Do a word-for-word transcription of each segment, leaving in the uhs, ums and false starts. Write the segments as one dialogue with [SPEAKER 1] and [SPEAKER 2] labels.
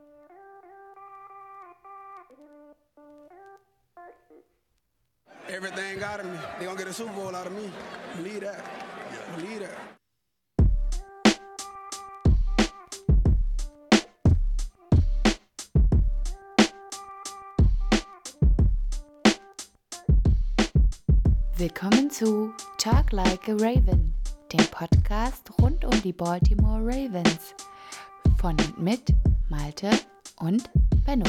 [SPEAKER 1] Everything out of me. They gonna get a Super Bowl out of me. Believe that. Believe that.
[SPEAKER 2] Willkommen zu Talk Like a Raven, dem Podcast rund um die Baltimore Ravens. Von und mit Malte und Benno.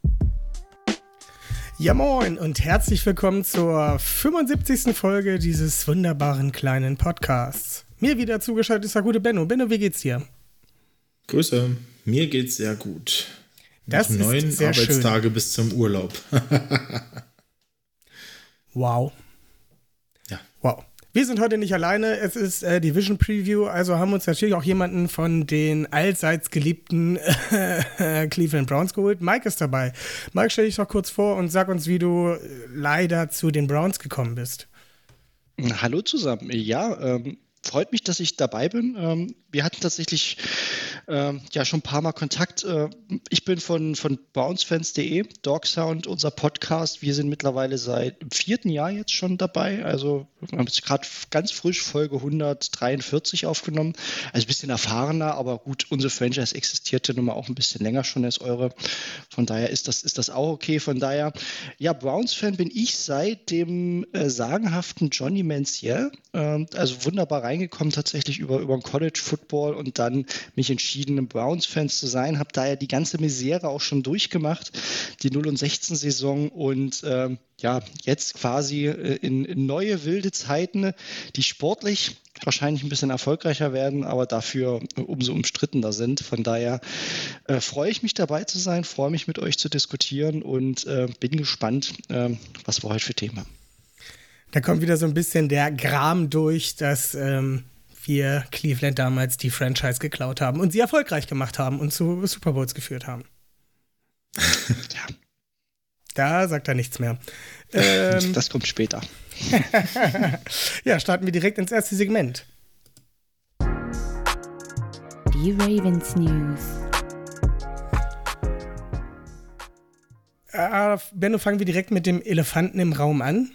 [SPEAKER 3] Ja moin und herzlich willkommen zur fünfundsiebzigsten Folge dieses wunderbaren kleinen Podcasts. Mir wieder zugeschaltet ist der gute Benno. Benno, wie geht's dir?
[SPEAKER 4] Grüße, mir geht's sehr gut.
[SPEAKER 3] Das
[SPEAKER 4] Noch
[SPEAKER 3] ist
[SPEAKER 4] neun
[SPEAKER 3] sehr
[SPEAKER 4] Arbeitstage
[SPEAKER 3] schön.
[SPEAKER 4] bis zum Urlaub.
[SPEAKER 3] Wow.
[SPEAKER 4] Ja.
[SPEAKER 3] Wow. Wir sind heute nicht alleine, es ist äh, Division Preview, also haben wir uns natürlich auch jemanden von den allseits geliebten äh, Cleveland Browns geholt. Mike ist dabei. Mike, stell dich doch kurz vor und sag uns, wie du leider zu den Browns gekommen bist.
[SPEAKER 5] Hallo zusammen. Ja, ähm, freut mich, dass ich dabei bin. Ähm, wir hatten tatsächlich ähm, ja schon ein paar Mal Kontakt. Äh, ich bin von, von brownsfans punkt de, Dogsound, unser Podcast. Wir sind mittlerweile seit dem vierten Jahr jetzt schon dabei. Also wir haben jetzt gerade ganz frisch Folge hundertdreiundvierzig aufgenommen. Also ein bisschen erfahrener, aber gut, unsere Franchise existierte nun mal auch ein bisschen länger schon als eure. Von daher ist das, ist das auch okay. Von daher, ja, Browns-Fan bin ich seit dem äh, sagenhaften Johnny Manziel. Ähm, also wunderbar reingekommen tatsächlich über, über den College Football und dann mich entschieden, ein Browns-Fans zu sein. Habe daher die ganze Misere auch schon durchgemacht, die null und sechzehn Saison und ähm, ja, jetzt quasi äh, in, in neue wilde Zeiten, die sportlich wahrscheinlich ein bisschen erfolgreicher werden, aber dafür äh, umso umstrittener sind. Von daher äh, freue ich mich dabei zu sein, freue mich mit euch zu diskutieren und äh, bin gespannt, äh, was wir heute für Themen haben.
[SPEAKER 3] Da kommt wieder so ein bisschen der Gram durch, dass ähm, wir Cleveland damals die Franchise geklaut haben und sie erfolgreich gemacht haben und zu Super Bowls geführt haben.
[SPEAKER 5] Ja.
[SPEAKER 3] Da sagt er nichts mehr. Ähm,
[SPEAKER 5] das kommt später.
[SPEAKER 3] Ja, starten wir direkt ins erste Segment.
[SPEAKER 2] Die Ravens News.
[SPEAKER 3] Äh, Benno, fangen wir direkt mit dem Elefanten im Raum an.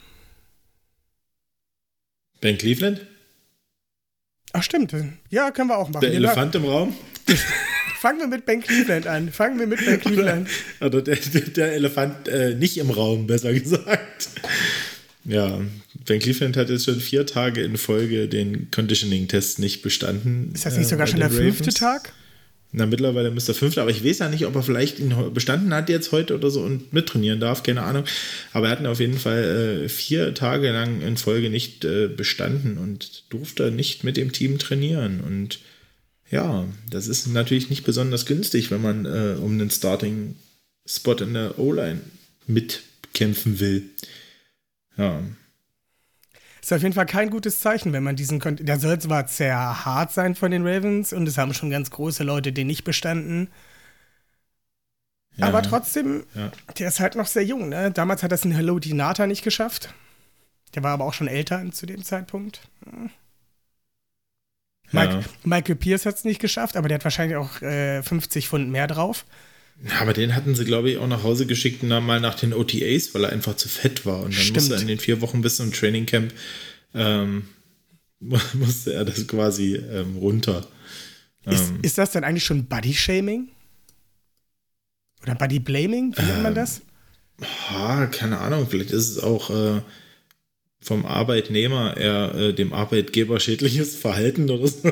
[SPEAKER 4] Ben Cleveland?
[SPEAKER 3] Ach stimmt, ja, können wir auch machen.
[SPEAKER 4] Der
[SPEAKER 3] Wir
[SPEAKER 4] Elefant im Raum?
[SPEAKER 3] Fangen wir mit Ben Cleveland an. Fangen wir mit Ben Cleveland.
[SPEAKER 4] Oder der, der, der Elefant äh, nicht im Raum, besser gesagt. Ja, Ben Cleveland hat jetzt schon vier Tage in Folge den Conditioning-Test nicht bestanden.
[SPEAKER 3] Ist das nicht
[SPEAKER 4] äh,
[SPEAKER 3] sogar schon der
[SPEAKER 4] Ravens.
[SPEAKER 3] fünfte Tag?
[SPEAKER 4] Na, mittlerweile müsste der fünfte, aber ich weiß ja nicht, ob er vielleicht ihn bestanden hat jetzt heute oder so und mittrainieren darf, keine Ahnung. Aber er hat ihn auf jeden Fall äh, vier Tage lang in Folge nicht äh, bestanden und durfte nicht mit dem Team trainieren. Und ja, das ist natürlich nicht besonders günstig, wenn man äh, um einen Starting-Spot in der O-Line mitkämpfen will. Ja.
[SPEAKER 3] Ist auf jeden Fall kein gutes Zeichen, wenn man diesen... Kon- Der soll zwar sehr hart sein von den Ravens und es haben schon ganz große Leute den nicht bestanden.
[SPEAKER 4] Ja,
[SPEAKER 3] aber trotzdem,
[SPEAKER 4] ja.
[SPEAKER 3] Der ist halt noch sehr jung, ne? Damals hat das ein Hello Dinata nicht geschafft. Der war aber auch schon älter zu dem Zeitpunkt. Hm. Mike,
[SPEAKER 4] Ja.
[SPEAKER 3] Michael Pierce hat es nicht geschafft, aber der hat wahrscheinlich auch äh, fünfzig Pfund mehr drauf.
[SPEAKER 4] Ja, aber den hatten sie, glaube ich, auch nach Hause geschickt und dann mal nach den O T As, weil er einfach zu fett war. Und dann
[SPEAKER 3] Stimmt.
[SPEAKER 4] musste er in den vier Wochen bis zum Trainingcamp ähm, musste er das quasi ähm, runter.
[SPEAKER 3] Ist,
[SPEAKER 4] Ähm,
[SPEAKER 3] ist das dann eigentlich schon Body-Shaming? Oder Body-Blaming? Wie nennt man das?
[SPEAKER 4] ah, keine Ahnung, vielleicht ist es auch äh, vom Arbeitnehmer eher äh, dem Arbeitgeber schädliches Verhalten oder so.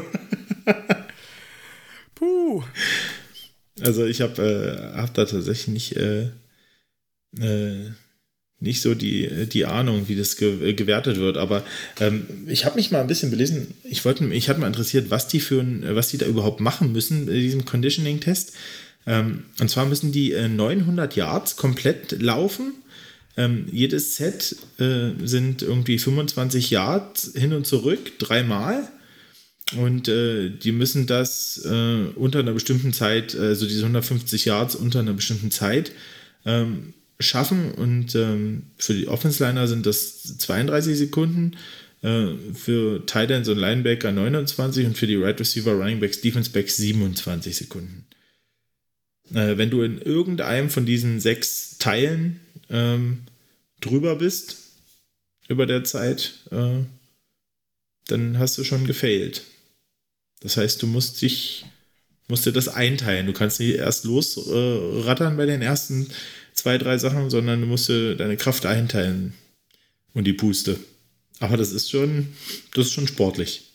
[SPEAKER 3] Puh.
[SPEAKER 4] Also ich habe äh, hab da tatsächlich nicht, äh, äh, nicht so die, die Ahnung, wie das ge- äh, gewertet wird. Aber ähm, ich habe mich mal ein bisschen belesen. Ich wollte, mich hat mal interessiert, was die für ein, was die da überhaupt machen müssen bei diesem Conditioning-Test. Ähm, und zwar müssen die äh, neunhundert Yards komplett laufen. Ähm, jedes Set äh, sind irgendwie fünfundzwanzig Yards hin und zurück, dreimal. Und äh, die müssen das äh, unter einer bestimmten Zeit, also diese hundertfünfzig Yards unter einer bestimmten Zeit ähm, schaffen. Und ähm, für die Offense-Liner sind das zweiunddreißig Sekunden, äh, für Tight Ends und Linebacker neunundzwanzig und für die Right Receiver, Running Backs, Defense Backs siebenundzwanzig Sekunden. äh, wenn du in irgendeinem von diesen sechs Teilen ähm, drüber bist, über der Zeit, äh, dann hast du schon gefailt. Das heißt, du musst dich, musst dir das einteilen. Du kannst nicht erst losrattern äh, bei den ersten zwei, drei Sachen, sondern du musst dir deine Kraft einteilen und die Puste. Aber das ist schon, das ist schon sportlich.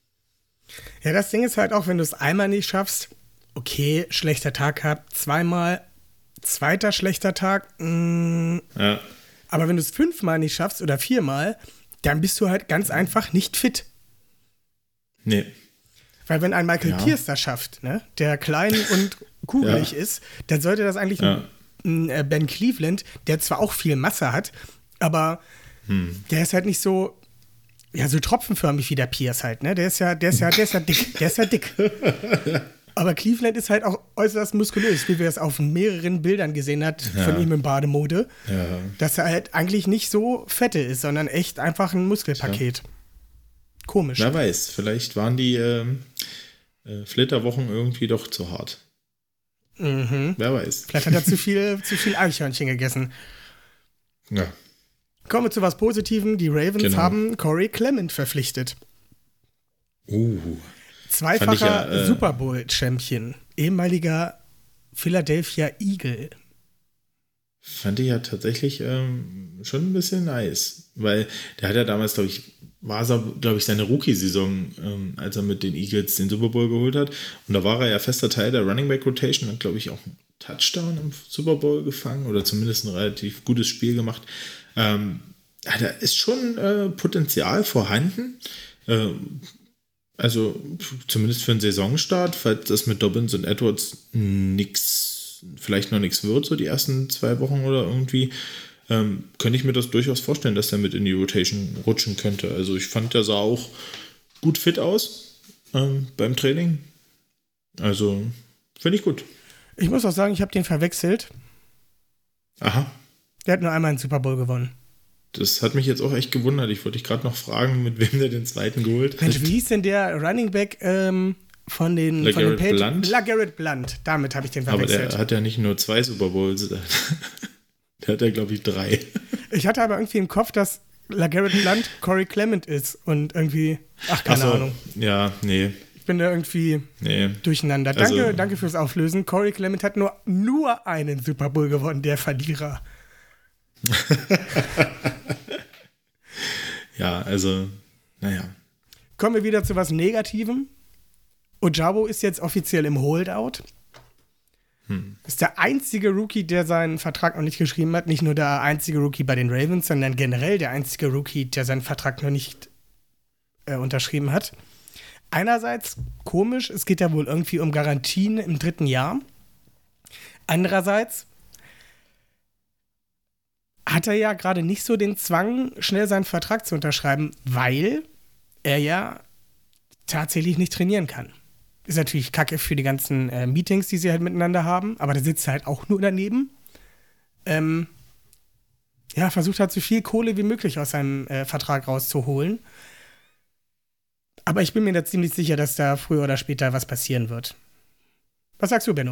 [SPEAKER 3] Ja, das Ding ist halt auch, wenn du es einmal nicht schaffst, okay, schlechter Tag gehabt, zweimal, zweiter schlechter Tag, mh,
[SPEAKER 4] ja.
[SPEAKER 3] Aber wenn du es fünfmal nicht schaffst oder viermal, dann bist du halt ganz einfach nicht fit.
[SPEAKER 4] Nee.
[SPEAKER 3] Weil wenn ein Michael
[SPEAKER 4] Ja.
[SPEAKER 3] Pierce das schafft, ne, der klein und kugelig
[SPEAKER 4] Ja.
[SPEAKER 3] ist, dann sollte das eigentlich
[SPEAKER 4] Ja.
[SPEAKER 3] ein, ein Ben Cleveland, der zwar auch viel Masse hat, aber
[SPEAKER 4] Hm.
[SPEAKER 3] der ist halt nicht so, ja, so tropfenförmig wie der Pierce halt, ne? Der ist ja, der ist ja, der ist ja dick, der ist ja dick. Aber Cleveland ist halt auch äußerst muskulös, wie wir es auf mehreren Bildern gesehen hat
[SPEAKER 4] Ja.
[SPEAKER 3] von ihm in Bademode.
[SPEAKER 4] Ja.
[SPEAKER 3] Dass er halt eigentlich nicht so fette ist, sondern echt einfach ein Muskelpaket. Komisch.
[SPEAKER 4] Wer weiß, vielleicht waren die ähm, äh, Flitterwochen irgendwie doch zu hart.
[SPEAKER 3] Mhm.
[SPEAKER 4] Wer weiß.
[SPEAKER 3] Vielleicht hat er zu viel, zu viel Eichhörnchen gegessen.
[SPEAKER 4] Ja.
[SPEAKER 3] Kommen wir zu was Positivem. Die Ravens
[SPEAKER 4] Genau.
[SPEAKER 3] haben Corey Clement verpflichtet.
[SPEAKER 4] Uh.
[SPEAKER 3] Zweifacher
[SPEAKER 4] Fand ich ja, äh,
[SPEAKER 3] Super Bowl-Champion. Ehemaliger Philadelphia Eagle.
[SPEAKER 4] Fand ich ja tatsächlich ähm, schon ein bisschen nice. Weil der hat ja damals, glaube ich, war es, glaube ich, seine Rookie-Saison, ähm, als er mit den Eagles den Super Bowl geholt hat. Und da war er ja fester Teil der Running Back Rotation, hat, glaube ich, auch einen Touchdown im Super Bowl gefangen oder zumindest ein relativ gutes Spiel gemacht. Ähm, ja, da ist schon äh, Potenzial vorhanden. Ähm, also zumindest für einen Saisonstart, falls das mit Dobbins und Edwards nix, vielleicht noch nichts wird, so die ersten zwei Wochen oder irgendwie, ähm, könnte ich mir das durchaus vorstellen, dass er mit in die Rotation rutschen könnte. Also ich fand, der sah auch gut fit aus ähm, beim Training. Also finde ich gut.
[SPEAKER 3] Ich muss auch sagen, ich habe den verwechselt.
[SPEAKER 4] Aha.
[SPEAKER 3] Der hat nur einmal einen Super Bowl gewonnen.
[SPEAKER 4] Das hat mich jetzt auch echt gewundert. Ich wollte dich gerade noch fragen, mit wem der den zweiten geholt hat.
[SPEAKER 3] Mensch, wie hieß denn der Running Back ähm, von den, von den
[SPEAKER 4] LeGarrette
[SPEAKER 3] Patriots?
[SPEAKER 4] Blunt?
[SPEAKER 3] LeGarrette Blunt. Damit habe ich den
[SPEAKER 4] Aber
[SPEAKER 3] verwechselt.
[SPEAKER 4] der hat ja nicht nur zwei Super Bowls. Der hat ja, glaube ich, drei.
[SPEAKER 3] Ich hatte aber irgendwie im Kopf, dass LeGarrette Blunt Corey Clement ist und irgendwie, ach, keine
[SPEAKER 4] Ach so,
[SPEAKER 3] Ahnung.
[SPEAKER 4] Ja, nee,
[SPEAKER 3] Ich bin da irgendwie
[SPEAKER 4] nee.
[SPEAKER 3] durcheinander.
[SPEAKER 4] Also-
[SPEAKER 3] Danke, danke fürs Auflösen. Corey Clement hat nur, nur einen Super Bowl gewonnen, der Verlierer.
[SPEAKER 4] Ja, also, naja.
[SPEAKER 3] Kommen wir wieder zu was Negativem. Ojabo ist jetzt offiziell im Holdout.
[SPEAKER 4] Hm.
[SPEAKER 3] Ist der einzige Rookie, der seinen Vertrag noch nicht geschrieben hat. Nicht nur der einzige Rookie bei den Ravens, sondern generell der einzige Rookie, der seinen Vertrag noch nicht äh, unterschrieben hat. Einerseits komisch, es geht ja wohl irgendwie um Garantien im dritten Jahr. Andererseits hat er ja gerade nicht so den Zwang, schnell seinen Vertrag zu unterschreiben, weil er ja tatsächlich nicht trainieren kann. Ist natürlich kacke für die ganzen äh, Meetings, die sie halt miteinander haben, aber der sitzt halt auch nur daneben. Ähm, ja, versucht halt so viel Kohle wie möglich aus seinem äh, Vertrag rauszuholen. Aber ich bin mir da ziemlich sicher, dass da früher oder später was passieren wird. Was sagst du, Benno?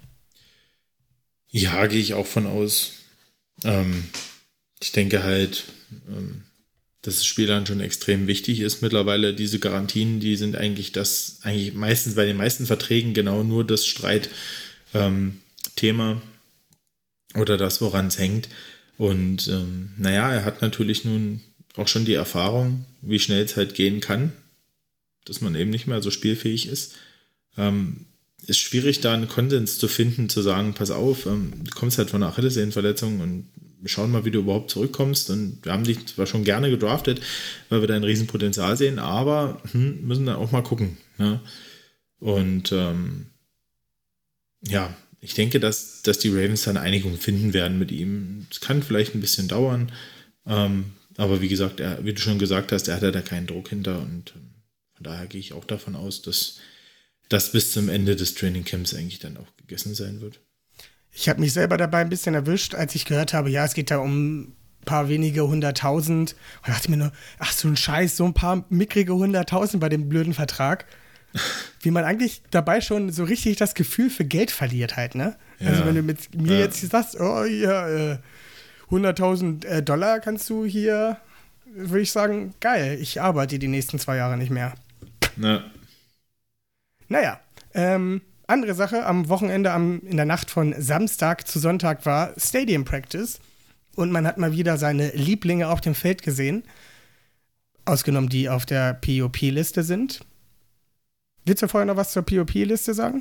[SPEAKER 4] Ja, gehe ich auch von aus. Ähm, ich denke halt, ähm, dass das Spiel dann schon extrem wichtig ist. Mittlerweile diese Garantien, die sind eigentlich das, eigentlich meistens bei den meisten Verträgen genau nur das Streitthema ähm, oder das, woran es hängt. Und ähm, naja, er hat natürlich nun auch schon die Erfahrung, wie schnell es halt gehen kann, dass man eben nicht mehr so spielfähig ist. Ähm, ist schwierig, da einen Konsens zu finden, zu sagen, pass auf, ähm, du kommst halt von einer Achillessehnenverletzung und wir schauen mal, wie du überhaupt zurückkommst. Und wir haben dich zwar schon gerne gedraftet, weil wir da ein Riesenpotenzial sehen, aber hm, müssen dann auch mal gucken. Ne? Und ähm, ja, ich denke, dass, dass die Ravens da eine Einigung finden werden mit ihm. Es kann vielleicht ein bisschen dauern, ähm, aber wie gesagt, er, wie du schon gesagt hast, er hat ja da keinen Druck hinter und ähm, von daher gehe ich auch davon aus, dass das bis zum Ende des Trainingcamps eigentlich dann auch gegessen sein wird.
[SPEAKER 3] Ich habe mich selber dabei ein bisschen erwischt, als ich gehört habe, ja, es geht da um ein paar wenige hunderttausend. Und dachte mir nur, ach so ein Scheiß, so ein paar mickrige hunderttausend bei dem blöden Vertrag. wie man eigentlich dabei schon so richtig das Gefühl für Geld verliert halt, ne?
[SPEAKER 4] Ja.
[SPEAKER 3] Also wenn du mit mir
[SPEAKER 4] Ja.
[SPEAKER 3] jetzt sagst, oh ja, äh, hunderttausend äh, Dollar kannst du hier, würde ich sagen, geil, ich arbeite die nächsten zwei Jahre nicht mehr.
[SPEAKER 4] Na,
[SPEAKER 3] Naja, ähm, andere Sache, am Wochenende, am, in der Nacht von Samstag zu Sonntag war Stadium Practice und man hat mal wieder seine Lieblinge auf dem Feld gesehen, ausgenommen die auf der P O P-Liste sind. Willst du vorher noch was zur P O P-Liste sagen?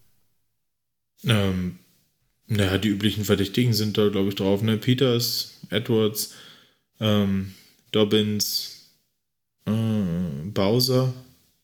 [SPEAKER 4] ähm, naja, die üblichen Verdächtigen sind da, glaube ich, drauf, ne? Peters, Edwards, ähm, Dobbins, äh, Bowser.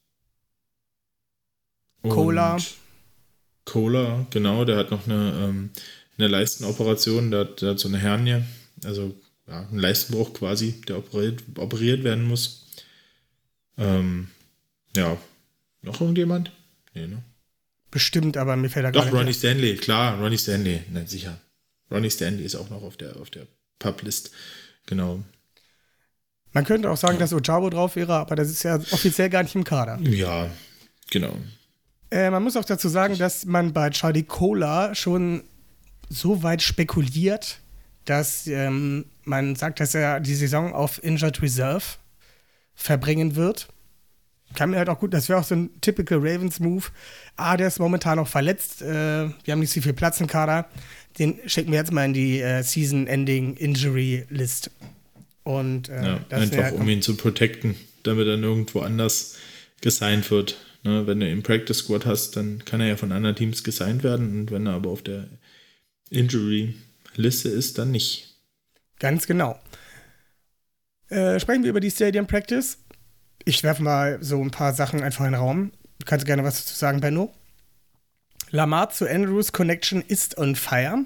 [SPEAKER 4] und
[SPEAKER 3] Cola.
[SPEAKER 4] Cola, genau, der hat noch eine, ähm, eine Leistenoperation, der hat, der hat so eine Hernie, also ja, ein Leistenbruch quasi, der operiert, operiert werden muss. Ähm, ja, noch irgendjemand? Nee, ne?
[SPEAKER 3] Bestimmt, aber mir fällt da
[SPEAKER 4] Doch,
[SPEAKER 3] gar
[SPEAKER 4] Ronnie
[SPEAKER 3] nicht.
[SPEAKER 4] Stanley, klar, Ronnie Stanley, na sicher. Ronnie Stanley ist auch noch auf der, auf der Publist, genau.
[SPEAKER 3] Man könnte auch sagen, dass Ojabo drauf wäre, aber das ist ja offiziell gar nicht im Kader.
[SPEAKER 4] Ja, genau.
[SPEAKER 3] Äh, man muss auch dazu sagen, dass man bei Charlie Cola schon so weit spekuliert, dass ähm, man sagt, dass er die Saison auf Injured Reserve verbringen wird. Kann mir halt auch gut, das wäre auch so ein typical Ravens-Move. Ah, der ist momentan noch verletzt, äh, wir haben nicht so viel Platz im Kader. Den schicken wir jetzt mal in die äh, Season-Ending-Injury-List. Und äh,
[SPEAKER 4] Ja,
[SPEAKER 3] das
[SPEAKER 4] einfach
[SPEAKER 3] wär,
[SPEAKER 4] um ihn zu protecten, damit er nirgendwo anders gesigned wird. Ne, wenn du im Practice Squad hast, dann kann er ja von anderen Teams gesigned werden und wenn er aber auf der Injury-Liste ist, dann nicht.
[SPEAKER 3] Ganz genau. Äh, sprechen wir über die Stadium Practice. Ich werfe mal so ein paar Sachen einfach in den Raum. Du kannst gerne was dazu sagen, Benno. Lamar zu Andrews Connection ist on fire.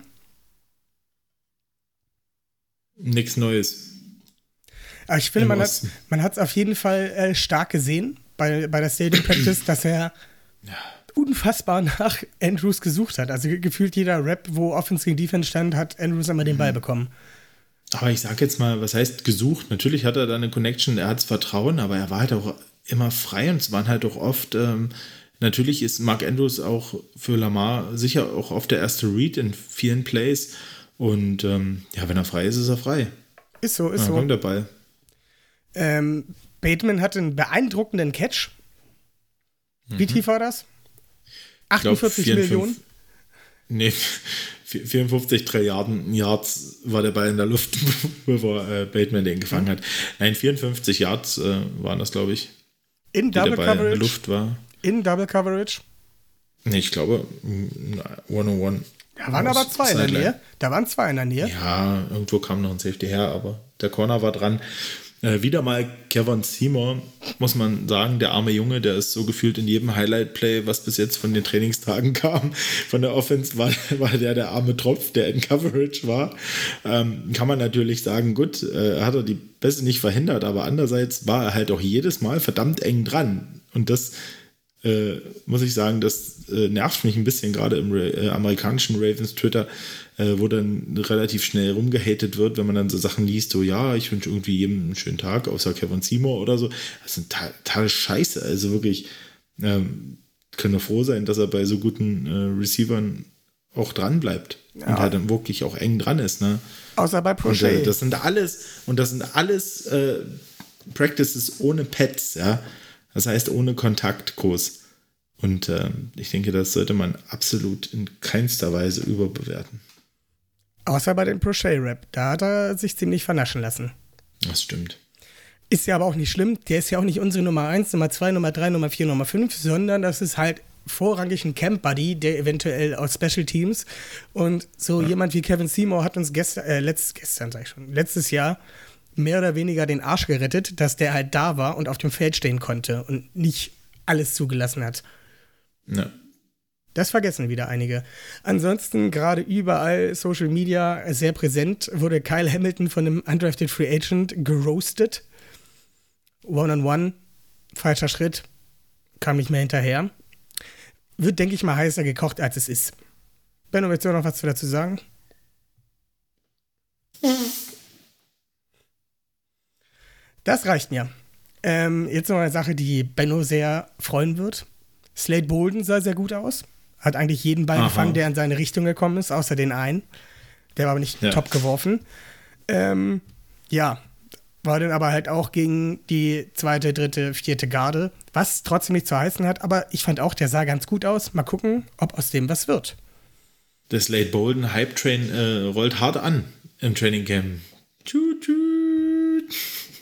[SPEAKER 4] Nichts Neues.
[SPEAKER 3] Aber ich finde,
[SPEAKER 4] Im
[SPEAKER 3] man hat
[SPEAKER 4] Osten.
[SPEAKER 3] man hat es auf jeden Fall äh, stark gesehen bei, bei der Stadium Practice, dass er unfassbar nach Andrews gesucht hat. Also ge- gefühlt jeder Rap, wo Offense gegen Defense stand, hat Andrews immer den Ball bekommen.
[SPEAKER 4] Aber ich sag jetzt mal, was heißt gesucht? Natürlich hat er da eine Connection, er hat's Vertrauen, aber er war halt auch immer frei und es waren halt auch oft, ähm, natürlich ist Mark Andrews auch für Lamar sicher auch oft der erste Read in vielen Plays und ähm, ja, wenn er frei ist, ist er frei.
[SPEAKER 3] Ist so, ist
[SPEAKER 4] Ja,
[SPEAKER 3] so.
[SPEAKER 4] kommt der Ball.
[SPEAKER 3] Ähm, Bateman hatte einen beeindruckenden Catch. Wie tief war das?
[SPEAKER 4] Ich glaub,
[SPEAKER 3] achtundvierzig
[SPEAKER 4] vierundfünfzig
[SPEAKER 3] Millionen?
[SPEAKER 4] Nee, vierundfünfzig, drei Yarden, Yards war der Ball in der Luft, bevor äh, Bateman den gefangen hat. Nein, vierundfünfzig Yards äh, waren das, glaube ich,
[SPEAKER 3] In
[SPEAKER 4] die der
[SPEAKER 3] Double
[SPEAKER 4] Ball in der
[SPEAKER 3] Coverage?
[SPEAKER 4] Luft war.
[SPEAKER 3] In Double Coverage?
[SPEAKER 4] Nee, ich glaube, hundertundeins.
[SPEAKER 3] Da waren
[SPEAKER 4] Aus
[SPEAKER 3] aber zwei in der
[SPEAKER 4] Sideline.
[SPEAKER 3] Nähe. Da waren zwei in der Nähe.
[SPEAKER 4] Ja, irgendwo kam noch ein Safety her, aber der Corner war dran. Äh, wieder mal Kevin Seymour, muss man sagen, der arme Junge, der ist so gefühlt in jedem Highlight-Play, was bis jetzt von den Trainingstagen kam, von der Offense, war, war der der arme Tropf, der in Coverage war. Ähm, kann man natürlich sagen, gut, äh, hat er die Pässe nicht verhindert, aber andererseits war er halt auch jedes Mal verdammt eng dran. Und das äh, muss ich sagen, das äh, nervt mich ein bisschen, gerade im Ra- äh, amerikanischen Ravens Twitter, äh, wo dann relativ schnell rumgehatet wird, wenn man dann so Sachen liest, so ja, ich wünsche irgendwie jedem einen schönen Tag, außer Kevin Seymour oder so. Das ist eine totale Scheiße. Also wirklich, ähm, können wir froh sein, dass er bei so guten äh, Receivern auch dran bleibt
[SPEAKER 3] Ja.
[SPEAKER 4] und halt dann wirklich auch eng dran ist, ne?
[SPEAKER 3] Außer bei
[SPEAKER 4] Und
[SPEAKER 3] Prochet.
[SPEAKER 4] äh, das sind alles, und das sind alles äh, Practices ohne Pads, ja. Das heißt ohne Kontaktkurs. Und ähm, ich denke, das sollte man absolut in keinster Weise überbewerten.
[SPEAKER 3] Außer bei dem Prochet-Rap. Da hat er sich ziemlich vernaschen lassen.
[SPEAKER 4] Das stimmt.
[SPEAKER 3] Ist ja aber auch nicht schlimm. Der ist ja auch nicht unsere Nummer eins, Nummer zwei, Nummer drei, Nummer vier, Nummer fünf, sondern das ist halt vorrangig ein Camp-Buddy, der eventuell aus Special Teams. Und so ja. jemand wie Kevin Seymour hat uns gestern, äh, letzt, gestern sag ich schon, letztes Jahr mehr oder weniger den Arsch gerettet, dass der halt da war und auf dem Feld stehen konnte und nicht alles zugelassen hat.
[SPEAKER 4] Ja.
[SPEAKER 3] Das vergessen wieder einige. Ansonsten gerade überall Social Media sehr präsent wurde Kyle Hamilton von einem undrafted Free Agent geroastet. One-on-one, falscher Schritt, kam nicht mehr hinterher. Wird, denke ich mal, heißer gekocht, als es ist. Benno, willst du noch was dazu sagen? Das reicht mir. Ähm, jetzt noch eine Sache, die Benno sehr freuen wird. Slade Bolden sah sehr gut aus. Hat eigentlich jeden Ball
[SPEAKER 4] Aha.
[SPEAKER 3] gefangen, der in seine Richtung gekommen ist, außer den einen. Der war aber nicht
[SPEAKER 4] Ja.
[SPEAKER 3] top geworfen. Ähm, ja, war dann aber halt auch gegen die zweite, dritte, vierte Garde, was trotzdem nicht zu heißen hat. Aber ich fand auch, der sah ganz gut aus. Mal gucken, ob aus dem was wird.
[SPEAKER 4] Der Slade Bolden Hype Train äh, rollt hart an im Training Camp. Tschut, tschut.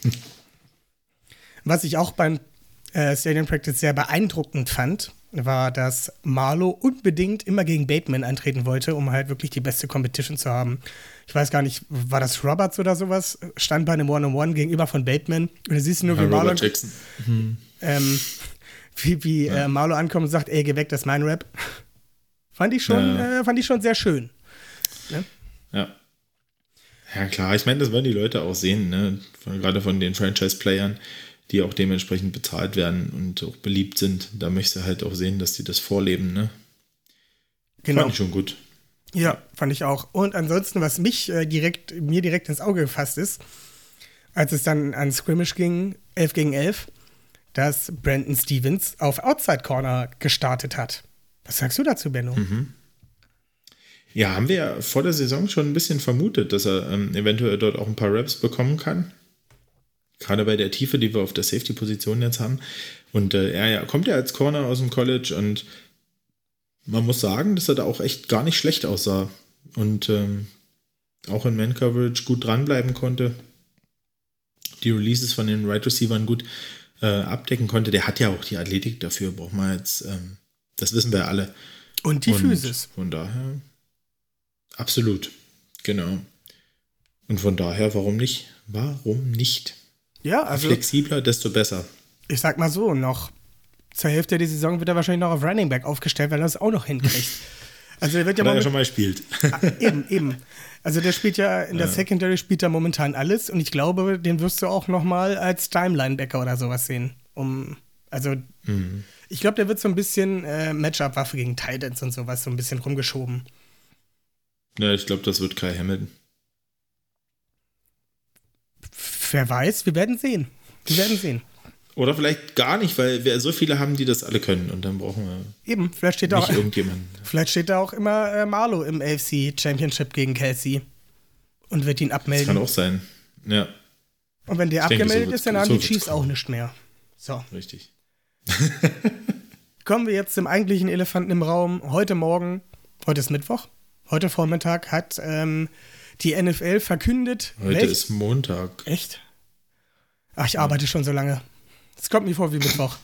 [SPEAKER 3] Was ich auch beim äh, Stadium Practice sehr beeindruckend fand, war, dass Marlow unbedingt immer gegen Bateman antreten wollte, um halt wirklich die beste Competition zu haben. Ich weiß gar nicht, war das Roberts oder sowas? Stand bei einem One-on-One gegenüber von Bateman. Und da siehst du nur,
[SPEAKER 4] Ja,
[SPEAKER 3] wie Marlow,
[SPEAKER 4] Robert Jackson.
[SPEAKER 3] ähm, wie, wie
[SPEAKER 4] Ja.
[SPEAKER 3] äh, Marlow ankommt und sagt, ey, geh weg, das ist mein Rap. Fand ich schon,
[SPEAKER 4] Ja.
[SPEAKER 3] äh, fand ich schon sehr schön. Ne?
[SPEAKER 4] Ja. Ja, klar, ich meine, das wollen die Leute auch sehen, ne? Von, gerade von den Franchise-Playern, die auch dementsprechend bezahlt werden und auch beliebt sind. Da möchtest du halt auch sehen, dass die das vorleben, ne?
[SPEAKER 3] Genau.
[SPEAKER 4] Fand ich schon gut.
[SPEAKER 3] Ja, fand ich auch. Und ansonsten, was mich äh, direkt, mir direkt ins Auge gefasst ist, als es dann an Scrimmage ging, elf gegen elf, dass Brandon Stevens auf Outside Corner gestartet hat. Was sagst du dazu, Benno?
[SPEAKER 4] Mhm. Ja, haben wir ja vor der Saison schon ein bisschen vermutet, dass er ähm, eventuell dort auch ein paar Reps bekommen kann. Gerade bei der Tiefe, die wir auf der Safety-Position jetzt haben. Und äh, er ja, kommt ja als Corner aus dem College und man muss sagen, dass er da auch echt gar nicht schlecht aussah. Und ähm, auch in Man-Coverage gut dranbleiben konnte. Die Releases von den Right Receivern gut äh, abdecken konnte. Der hat ja auch die Athletik dafür, braucht man jetzt, ähm, das wissen wir alle.
[SPEAKER 3] Und die
[SPEAKER 4] Und
[SPEAKER 3] Physis.
[SPEAKER 4] Von daher, absolut, genau. Und von daher, warum nicht? Warum nicht?
[SPEAKER 3] Ja, also
[SPEAKER 4] Flexibler, desto besser.
[SPEAKER 3] ich sag mal so, noch zur Hälfte der Saison wird er wahrscheinlich noch auf Running Back aufgestellt, weil er das auch noch hinkriegt. Also er wird ja
[SPEAKER 4] Weil er
[SPEAKER 3] mal
[SPEAKER 4] schon mal gespielt.
[SPEAKER 3] eben, eben. Also der spielt ja, in der
[SPEAKER 4] Ja.
[SPEAKER 3] Secondary spielt er momentan alles und ich glaube, den wirst du auch noch mal als Dime-Linebacker oder sowas sehen. Um, also
[SPEAKER 4] Mhm.
[SPEAKER 3] ich glaube, der wird so ein bisschen äh, Matchup-Waffe gegen Titans und sowas so ein bisschen rumgeschoben.
[SPEAKER 4] Ja, ich glaube, das wird Kai Hamilton.
[SPEAKER 3] Wer weiß, wir werden sehen. Wir werden sehen.
[SPEAKER 4] Oder vielleicht gar nicht, weil wir so viele haben, die das alle können. Und dann brauchen wir
[SPEAKER 3] Eben, vielleicht steht da
[SPEAKER 4] nicht
[SPEAKER 3] auch,
[SPEAKER 4] irgendjemanden.
[SPEAKER 3] vielleicht steht da auch immer äh, Marlow im A F C Championship gegen Kelsey und wird ihn
[SPEAKER 4] Das
[SPEAKER 3] abmelden.
[SPEAKER 4] kann auch sein. Ja,
[SPEAKER 3] Und wenn der
[SPEAKER 4] Ich denke,
[SPEAKER 3] abgemeldet
[SPEAKER 4] so wird's-
[SPEAKER 3] ist, dann haben
[SPEAKER 4] so
[SPEAKER 3] die
[SPEAKER 4] wird's
[SPEAKER 3] Chiefs
[SPEAKER 4] kommen.
[SPEAKER 3] auch nichts mehr. So.
[SPEAKER 4] richtig.
[SPEAKER 3] Kommen wir jetzt zum eigentlichen Elefanten im Raum. Heute Morgen, heute ist Mittwoch, heute Vormittag hat ähm, die N F L verkündet.
[SPEAKER 4] Heute
[SPEAKER 3] welch-
[SPEAKER 4] ist Montag.
[SPEAKER 3] Echt? Ach, ich arbeite schon so lange. Es kommt mir vor wie Mittwoch.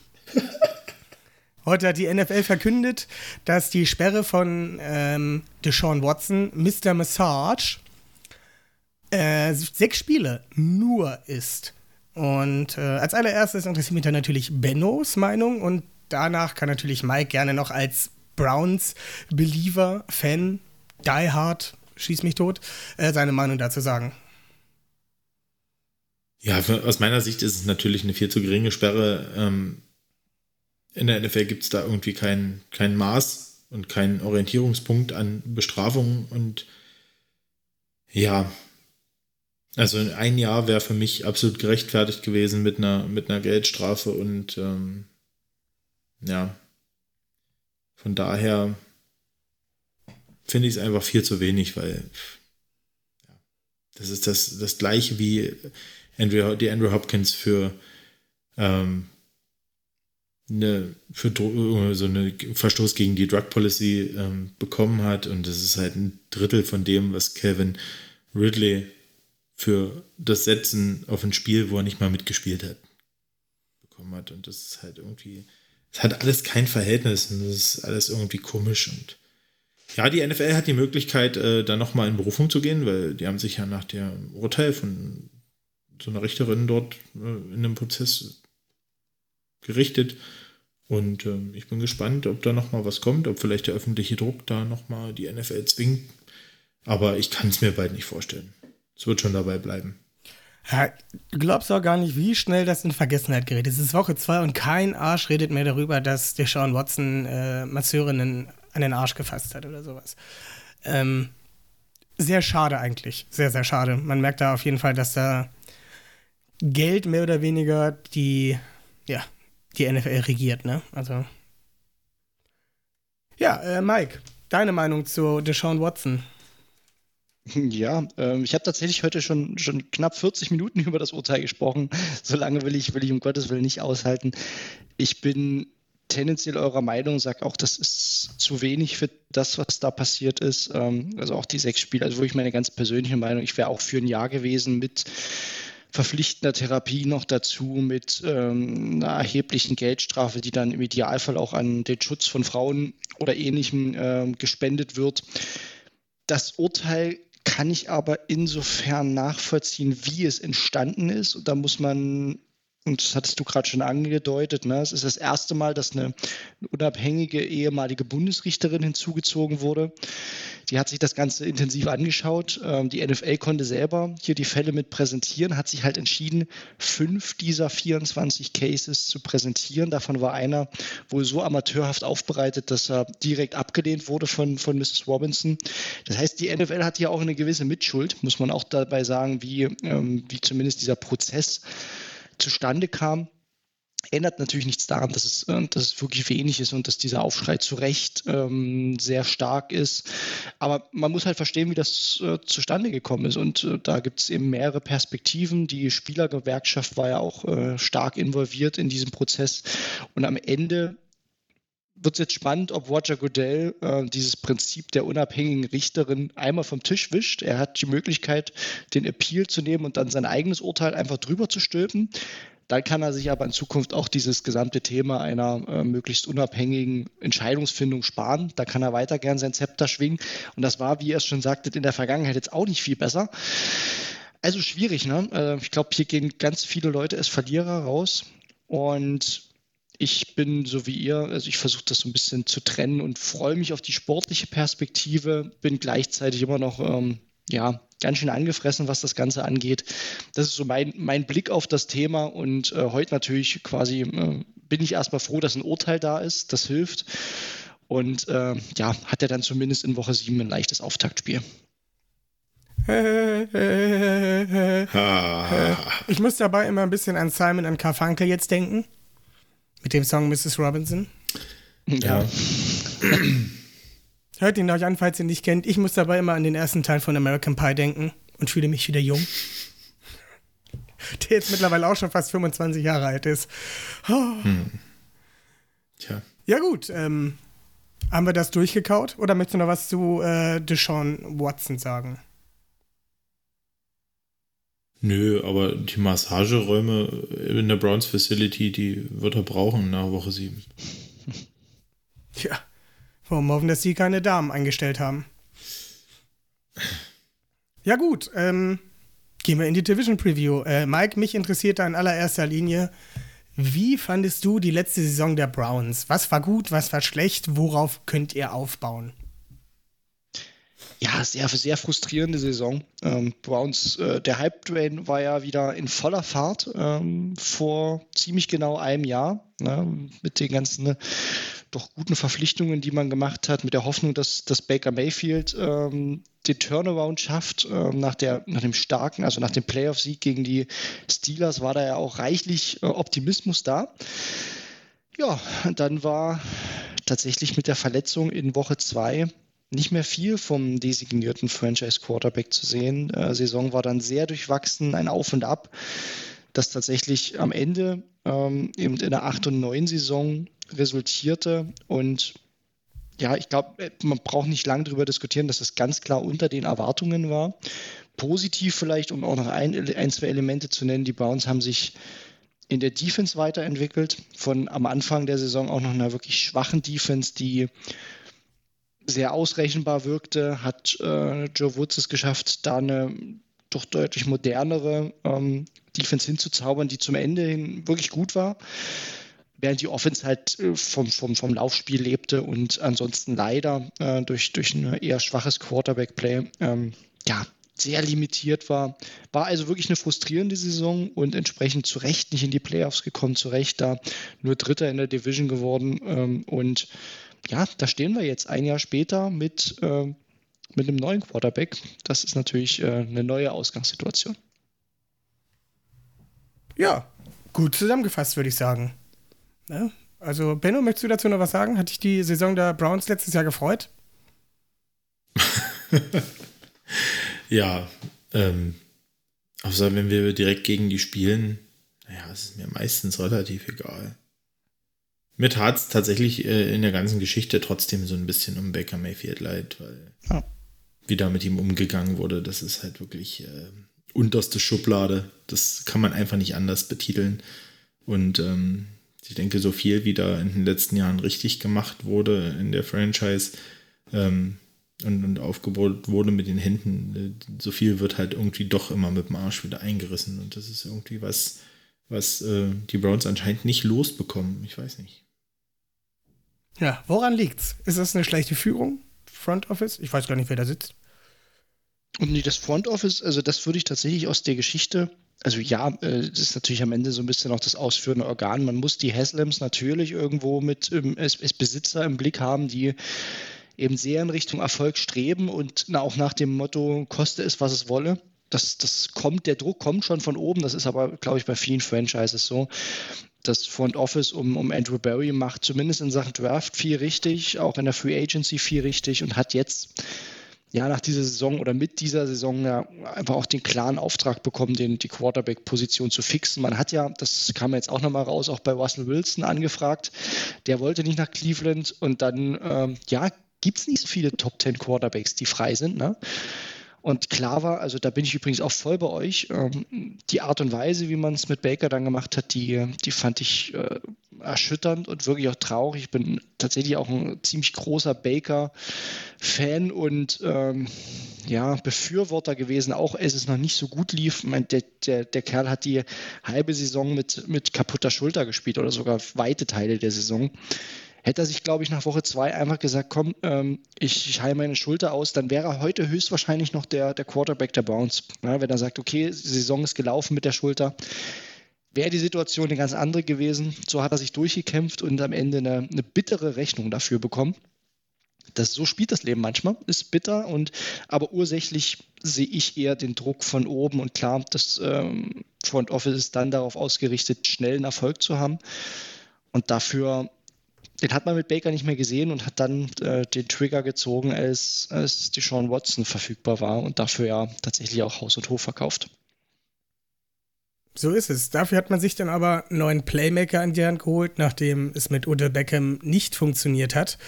[SPEAKER 3] Heute hat die N F L verkündet, dass die Sperre von ähm, Deshaun Watson, Mister Massage, äh, sechs Spiele nur ist. Und äh, als allererstes interessiert mich dann natürlich Bennos Meinung und danach kann natürlich Mike gerne noch als Browns-Believer, Fan, Die Hard, schieß mich tot, äh, seine Meinung dazu sagen.
[SPEAKER 4] Ja, für, aus meiner Sicht ist es natürlich eine viel zu geringe Sperre. Ähm, in der N F L gibt es da irgendwie kein, kein Maß und keinen Orientierungspunkt an Bestrafungen. Und ja, also ein Jahr wäre für mich absolut gerechtfertigt gewesen mit einer, mit einer Geldstrafe. Und ähm, ja, von daher finde ich es einfach viel zu wenig, weil ja, das ist das, das Gleiche wie Andrew, die Andrew Hopkins für, ähm, eine, für Dro- so eine Verstoß gegen die Drug Policy ähm, bekommen hat. Und das ist halt ein Drittel von dem, was Calvin Ridley für das Setzen auf ein Spiel, wo er nicht mal mitgespielt hat, bekommen hat. Und das ist halt irgendwie, es hat alles kein Verhältnis und das ist alles irgendwie komisch. Und ja, die N F L hat die Möglichkeit, äh, da nochmal in Berufung zu gehen, weil die haben sich ja nach dem Urteil von so einer Richterin dort äh, in einem Prozess gerichtet. Und ähm, ich bin gespannt, ob da nochmal was kommt, ob vielleicht der öffentliche Druck da nochmal die N F L zwingt. Aber ich kann es mir bald nicht vorstellen. Es wird schon dabei bleiben.
[SPEAKER 3] Ja, du glaubst auch gar nicht, wie schnell das in Vergessenheit gerät. Es ist Woche zwei und kein Arsch redet mehr darüber, dass Deshaun Watson äh, Masseurinnen an den Arsch gefasst hat oder sowas. Ähm, sehr schade eigentlich. Sehr, sehr schade. Man merkt da auf jeden Fall, dass da Geld mehr oder weniger die, ja, die N F L regiert, ne? Also Ja, äh, Mike, deine Meinung zu Deshaun Watson?
[SPEAKER 5] Ja, ähm, ich habe tatsächlich heute schon, schon knapp vierzig Minuten über das Urteil gesprochen. So lange will ich, will ich um Gottes Willen nicht aushalten. Ich bin tendenziell eurer Meinung, sage auch, das ist zu wenig für das, was da passiert ist. Ähm, also auch die sechs Spiele, also wirklich meine ganz persönliche Meinung. Ich wäre auch für ein Jahr gewesen mit verpflichtender Therapie noch dazu, mit ähm, einer erheblichen Geldstrafe, die dann im Idealfall auch an den Schutz von Frauen oder Ähnlichem äh, gespendet wird. Das Urteil kann ich aber insofern nachvollziehen, wie es entstanden ist. Und da muss man, und das hattest du gerade schon angedeutet, ne, es ist das erste Mal, dass eine, eine unabhängige ehemalige Bundesrichterin hinzugezogen wurde. Die hat sich das Ganze intensiv angeschaut. Ähm, die N F L konnte selber hier die Fälle mit präsentieren, hat sich halt entschieden, fünf dieser vierundzwanzig Cases zu präsentieren. Davon war einer wohl so amateurhaft aufbereitet, dass er direkt abgelehnt wurde von, von Missus Robinson. Das heißt, die N F L hat hier auch eine gewisse Mitschuld, muss man auch dabei sagen, wie, ähm, wie zumindest dieser Prozess zustande kam. Ändert natürlich nichts daran, dass es, äh, dass es wirklich wenig ist und dass dieser Aufschrei zu Recht ähm, sehr stark ist. Aber man muss halt verstehen, wie das äh, zustande gekommen ist. Und äh, da gibt es eben mehrere Perspektiven. Die Spielergewerkschaft war ja auch äh, stark involviert in diesem Prozess. Und am Ende wird es jetzt spannend, ob Roger Goodell äh, dieses Prinzip der unabhängigen Richterin einmal vom Tisch wischt. Er hat die Möglichkeit, den Appeal zu nehmen und dann sein eigenes Urteil einfach drüber zu stülpen. Dann kann er sich aber in Zukunft auch dieses gesamte Thema einer äh, möglichst unabhängigen Entscheidungsfindung sparen. Da kann er weiter gern sein Zepter schwingen. Und das war, wie ihr es schon sagtet, in der Vergangenheit jetzt auch nicht viel besser. Also schwierig, ne? Äh, ich glaube, hier gehen ganz viele Leute als Verlierer raus. Und ich bin so wie ihr, also ich versuche das so ein bisschen zu trennen und freue mich auf die sportliche Perspektive, bin gleichzeitig immer noch ähm, ja, ganz schön angefressen, was das Ganze angeht. Das ist so mein, mein Blick auf das Thema und äh, heute natürlich quasi äh, bin ich erstmal froh, dass ein Urteil da ist, das hilft und äh, ja, hat er dann zumindest in Woche sieben ein leichtes Auftaktspiel.
[SPEAKER 3] Ich muss dabei immer ein bisschen an Simon and Garfunkel jetzt denken, mit dem Song Missus Robinson.
[SPEAKER 5] Ja.
[SPEAKER 3] Hört ihn euch an, falls ihr ihn nicht kennt. Ich muss dabei immer an den ersten Teil von American Pie denken und fühle mich wieder jung. Der jetzt mittlerweile auch schon fast fünfundzwanzig Jahre alt ist. Oh.
[SPEAKER 4] Hm. Tja.
[SPEAKER 3] Ja gut, ähm, haben wir das durchgekaut? Oder möchtest du noch was zu äh, Deshaun Watson sagen?
[SPEAKER 4] Nö, aber die Massageräume in der Browns Facility, die wird er brauchen nach Woche sieben.
[SPEAKER 3] Ja. Wollen wir hoffen, dass sie keine Damen eingestellt haben. Ja gut, ähm, gehen wir in die Division Preview. Äh, Mike, mich interessiert da in allererster Linie, wie fandest du die letzte Saison der Browns? Was war gut, was war schlecht? Worauf könnt ihr aufbauen?
[SPEAKER 5] Ja, sehr, sehr frustrierende Saison. Ähm, Browns, äh, der Hype-Train war ja wieder in voller Fahrt ähm, vor ziemlich genau einem Jahr, ne, mit den ganzen ne, doch guten Verpflichtungen, die man gemacht hat, mit der Hoffnung, dass, dass Baker Mayfield ähm, den Turnaround schafft. Ähm, nach, der, nach dem starken, also nach dem Playoff-Sieg gegen die Steelers war da ja auch reichlich äh, Optimismus da. Ja, und dann war tatsächlich mit der Verletzung in Woche zwei nicht mehr viel vom designierten Franchise-Quarterback zu sehen. Die Saison war dann sehr durchwachsen, ein Auf und Ab, das tatsächlich am Ende ähm, eben in der acht und neun Saison resultierte. Und ja, ich glaube, man braucht nicht lange darüber diskutieren, dass es ganz klar unter den Erwartungen war. Positiv vielleicht, um auch noch ein, ein zwei Elemente zu nennen, die Browns haben sich in der Defense weiterentwickelt. Von am Anfang der Saison auch noch einer wirklich schwachen Defense, die sehr ausrechenbar wirkte, hat äh, Joe Woods es geschafft, da eine doch deutlich modernere ähm, Defense hinzuzaubern, die zum Ende hin wirklich gut war, während die Offense halt äh, vom, vom, vom Laufspiel lebte und ansonsten leider äh, durch, durch ein eher schwaches Quarterback-Play ähm, ja, sehr limitiert war. War also wirklich eine frustrierende Saison und entsprechend zu Recht nicht in die Playoffs gekommen, zu Recht da nur Dritter in der Division geworden ähm, und ja, da stehen wir jetzt ein Jahr später mit, äh, mit einem neuen Quarterback. Das ist natürlich äh, eine neue Ausgangssituation.
[SPEAKER 3] Ja, gut zusammengefasst, würde ich sagen. Ja, Also Benno, möchtest du dazu noch was sagen? Hat dich die Saison der Browns letztes Jahr gefreut?
[SPEAKER 4] Ja, ähm, außer wenn wir direkt gegen die spielen, naja, es ist mir meistens relativ egal. Mir tat es tatsächlich äh, in der ganzen Geschichte trotzdem so ein bisschen um Baker Mayfield leid, weil
[SPEAKER 5] Ja.
[SPEAKER 4] wie da mit ihm umgegangen wurde, das ist halt wirklich äh, unterste Schublade. Das kann man einfach nicht anders betiteln. Und ähm, ich denke, so viel wie da in den letzten Jahren richtig gemacht wurde in der Franchise ähm, und, und aufgebaut wurde mit den Händen, äh, so viel wird halt irgendwie doch immer mit dem Arsch wieder eingerissen. Und das ist irgendwie was, was äh, die Browns anscheinend nicht losbekommen. Ich weiß nicht.
[SPEAKER 3] Ja, woran liegt's? Ist das eine schlechte Führung? Front Office? Ich weiß gar nicht, wer da sitzt.
[SPEAKER 5] Und nee, das Front Office, also das würde ich tatsächlich aus der Geschichte, also ja, äh, das ist natürlich am Ende so ein bisschen auch das ausführende Organ. Man muss die Haslams natürlich irgendwo mit ähm, als, als Besitzer im Blick haben, die eben sehr in Richtung Erfolg streben und na, auch nach dem Motto, koste es, was es wolle. Das, das kommt, der Druck kommt schon von oben, das ist aber, glaube ich, bei vielen Franchises so. Das Front Office um, um Andrew Berry macht zumindest in Sachen Draft viel richtig, auch in der Free Agency viel richtig und hat jetzt ja nach dieser Saison oder mit dieser Saison ja einfach auch den klaren Auftrag bekommen, den, die Quarterback-Position zu fixen. Man hat ja, das kam jetzt auch nochmal raus, auch bei Russell Wilson angefragt, der wollte nicht nach Cleveland und dann, ähm, ja, gibt es nicht so viele Top Ten Quarterbacks, die frei sind, ne? Und klar war, also da bin ich übrigens auch voll bei euch, ähm, die Art und Weise, wie man es mit Baker dann gemacht hat, die, die fand ich äh, erschütternd und wirklich auch traurig. Ich bin tatsächlich auch ein ziemlich großer Baker-Fan und ähm, ja, Befürworter gewesen, auch als es noch nicht so gut lief. Ich meine, der, der, der Kerl hat die halbe Saison mit, mit kaputter Schulter gespielt oder sogar weite Teile der Saison. Hätte er sich, glaube ich, nach Woche zwei einfach gesagt, komm, ähm, ich, ich heile meine Schulter aus, dann wäre er heute höchstwahrscheinlich noch der, der Quarterback der Browns. Ja, wenn er sagt, okay, die Saison ist gelaufen mit der Schulter, wäre die Situation eine ganz andere gewesen. So hat er sich durchgekämpft und am Ende eine, eine bittere Rechnung dafür bekommen. Das, so spielt das Leben manchmal, ist bitter, und aber ursächlich sehe ich eher den Druck von oben, und klar, das ähm, Front Office ist dann darauf ausgerichtet, schnellen Erfolg zu haben, und dafür, den hat man mit Baker nicht mehr gesehen und hat dann äh, den Trigger gezogen, als, als Deshaun Watson verfügbar war, und dafür ja tatsächlich auch Haus und Hof verkauft.
[SPEAKER 3] So ist es. Dafür hat man sich dann aber einen neuen Playmaker in die Hand geholt, nachdem es mit Odell Beckham nicht funktioniert hat.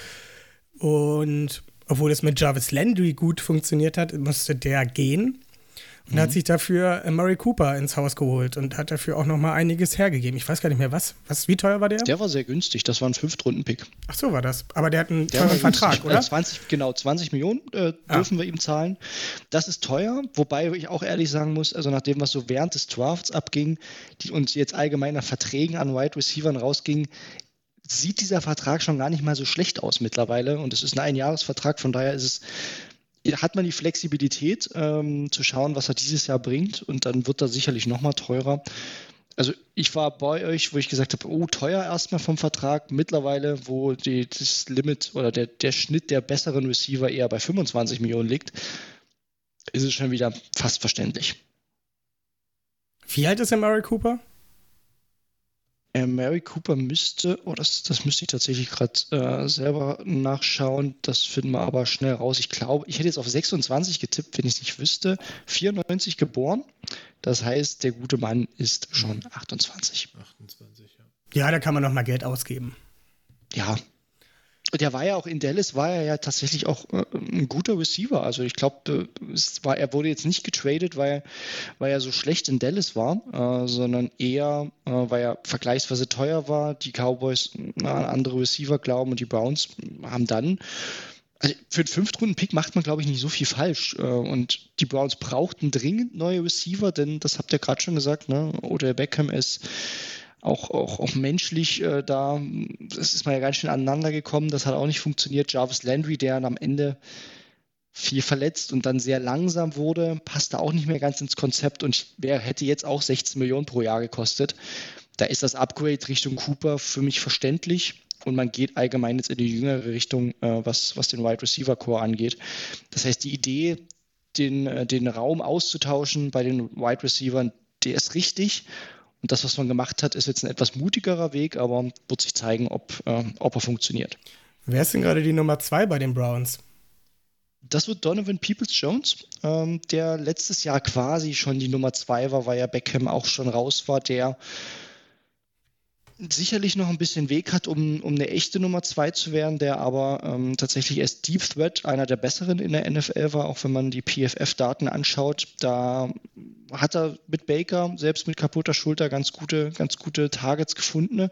[SPEAKER 3] Und obwohl es mit Jarvis Landry gut funktioniert hat, musste der gehen. Und mhm. hat sich dafür Murray Cooper ins Haus geholt und hat dafür auch nochmal einiges hergegeben. Ich weiß gar nicht mehr, was. was wie teuer war der?
[SPEAKER 5] Der war sehr günstig. Das war ein Fünftrunden-Pick.
[SPEAKER 3] Ach so war das. Aber der hat einen
[SPEAKER 5] der
[SPEAKER 3] teuren Vertrag,
[SPEAKER 5] günstig,
[SPEAKER 3] oder?
[SPEAKER 5] Äh, zwanzig, genau, zwanzig Millionen äh, dürfen ah. wir ihm zahlen. Das ist teuer, wobei ich auch ehrlich sagen muss, also nach dem, was so während des Drafts abging, die uns jetzt allgemein nach Verträgen an Wide Receivern rausging, sieht dieser Vertrag schon gar nicht mal so schlecht aus mittlerweile. Und es ist ein Einjahresvertrag, von daher ist es, hat man die Flexibilität, ähm, zu schauen, was er dieses Jahr bringt, und dann wird er sicherlich nochmal teurer. Also ich war bei euch, wo ich gesagt habe, oh, teuer erstmal vom Vertrag. Mittlerweile, wo die, das Limit oder der, der Schnitt der besseren Receiver eher bei fünfundzwanzig Millionen liegt, ist es schon wieder fast verständlich.
[SPEAKER 3] Wie alt ist der Murray Cooper?
[SPEAKER 5] Äh, Murray Cooper müsste, oh, das, das müsste ich tatsächlich gerade äh, selber nachschauen, das finden wir aber schnell raus. Ich glaube, ich hätte jetzt auf sechsundzwanzig getippt, wenn ich es nicht wüsste. vierundneunzig geboren, das heißt, der gute Mann ist schon achtundzwanzig.
[SPEAKER 4] achtundzwanzig, ja.
[SPEAKER 3] Ja, da kann man noch mal Geld ausgeben.
[SPEAKER 5] Ja. Der war ja auch in Dallas, war er ja tatsächlich auch äh, ein guter Receiver. Also ich glaube, äh, er wurde jetzt nicht getradet, weil, weil er so schlecht in Dallas war, äh, sondern eher, äh, weil er vergleichsweise teuer war. Die Cowboys äh, an andere Receiver glauben, und die Browns haben dann, also für einen Fünftrunden-Pick macht man, glaube ich, nicht so viel falsch. Äh, und die Browns brauchten dringend neue Receiver, denn das habt ihr gerade schon gesagt, ne? Odell Beckham ist Auch, auch, auch menschlich äh, da, das ist man ja ganz schön aneinander gekommen, das hat auch nicht funktioniert. Jarvis Landry, der am Ende viel verletzt und dann sehr langsam wurde, passte auch nicht mehr ganz ins Konzept, und wer hätte jetzt auch sechzehn Millionen pro Jahr gekostet. Da ist das Upgrade Richtung Cooper für mich verständlich, und man geht allgemein jetzt in die jüngere Richtung, äh, was, was den Wide Receiver Core angeht. Das heißt, die Idee, den, den Raum auszutauschen bei den Wide Receivern, der ist richtig. Und das, was man gemacht hat, ist jetzt ein etwas mutigerer Weg, aber wird sich zeigen, ob, äh, ob er funktioniert.
[SPEAKER 3] Wer ist denn gerade die Nummer zwei bei den Browns?
[SPEAKER 5] Das wird Donovan Peoples-Jones, ähm, der letztes Jahr quasi schon die Nummer zwei war, weil ja Beckham auch schon raus war, der sicherlich noch ein bisschen Weg hat, um, um eine echte Nummer zwei zu werden, der aber ähm, tatsächlich als Deep Threat einer der besseren in der N F L war, auch wenn man die P F F-Daten anschaut. Da hat er mit Baker, selbst mit kaputter Schulter, ganz gute, ganz gute Targets gefunden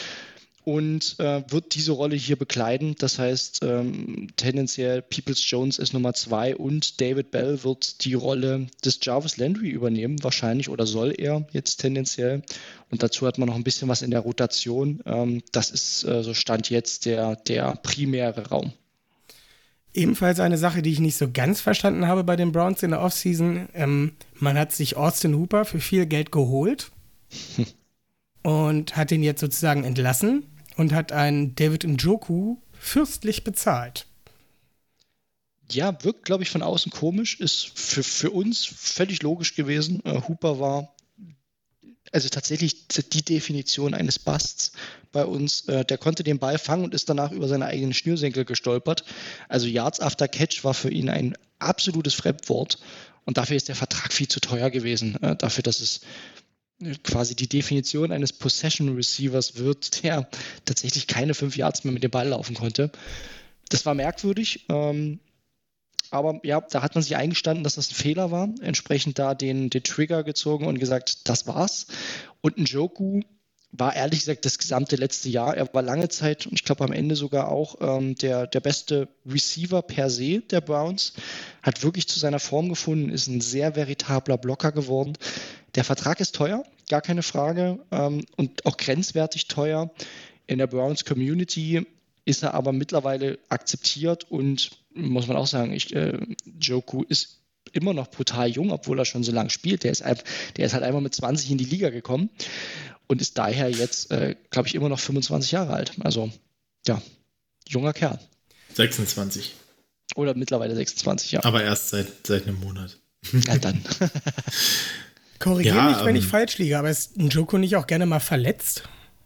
[SPEAKER 5] und äh, wird diese Rolle hier bekleiden. Das heißt, ähm, tendenziell Peoples-Jones ist Nummer zwei und David Bell wird die Rolle des Jarvis Landry übernehmen, wahrscheinlich, oder soll er jetzt tendenziell. Und dazu hat man noch ein bisschen was in der Rotation. Ähm, das ist, äh, so Stand jetzt, der, der primäre Raum.
[SPEAKER 3] Ebenfalls eine Sache, die ich nicht so ganz verstanden habe bei den Browns in der Offseason. Ähm, man hat sich Austin Hooper für viel Geld geholt hm. und hat ihn jetzt sozusagen entlassen und hat einen David Njoku fürstlich bezahlt.
[SPEAKER 5] Ja, wirkt, glaube ich, von außen komisch. Ist für, für uns völlig logisch gewesen. Äh, Hooper war also tatsächlich die Definition eines Busts bei uns. Äh, der konnte den Ball fangen und ist danach über seine eigenen Schnürsenkel gestolpert. Also Yards after Catch war für ihn ein absolutes Fremdwort. Und dafür ist der Vertrag viel zu teuer gewesen. Äh, dafür, dass es quasi die Definition eines Possession Receivers wird, der tatsächlich keine fünf Yards mehr mit dem Ball laufen konnte. Das war merkwürdig. Ähm, Aber ja, da hat man sich eingestanden, dass das ein Fehler war. Entsprechend da den, den Trigger gezogen und gesagt, das war's. Und Njoku war ehrlich gesagt das gesamte letzte Jahr. Er war lange Zeit und ich glaube am Ende sogar auch ähm, der, der beste Receiver per se der Browns. Hat wirklich zu seiner Form gefunden, ist ein sehr veritabler Blocker geworden. Der Vertrag ist teuer, gar keine Frage. Ähm, und auch grenzwertig teuer. In der Browns-Community ist er aber mittlerweile akzeptiert und muss man auch sagen, ich, äh, Njoku ist immer noch brutal jung, obwohl er schon so lange spielt. Der ist, ein, der ist halt einmal mit zwanzig in die Liga gekommen und ist daher jetzt, äh, glaube ich, immer noch fünfundzwanzig Jahre alt. Also, ja, junger Kerl.
[SPEAKER 4] sechsundzwanzig.
[SPEAKER 5] Oder mittlerweile sechsundzwanzig, ja.
[SPEAKER 4] Aber erst seit, seit einem Monat.
[SPEAKER 5] Ja, dann.
[SPEAKER 3] Korrigiere
[SPEAKER 4] ja,
[SPEAKER 3] mich, wenn
[SPEAKER 4] ähm,
[SPEAKER 3] ich falsch liege, aber ist Njoku nicht auch gerne mal verletzt?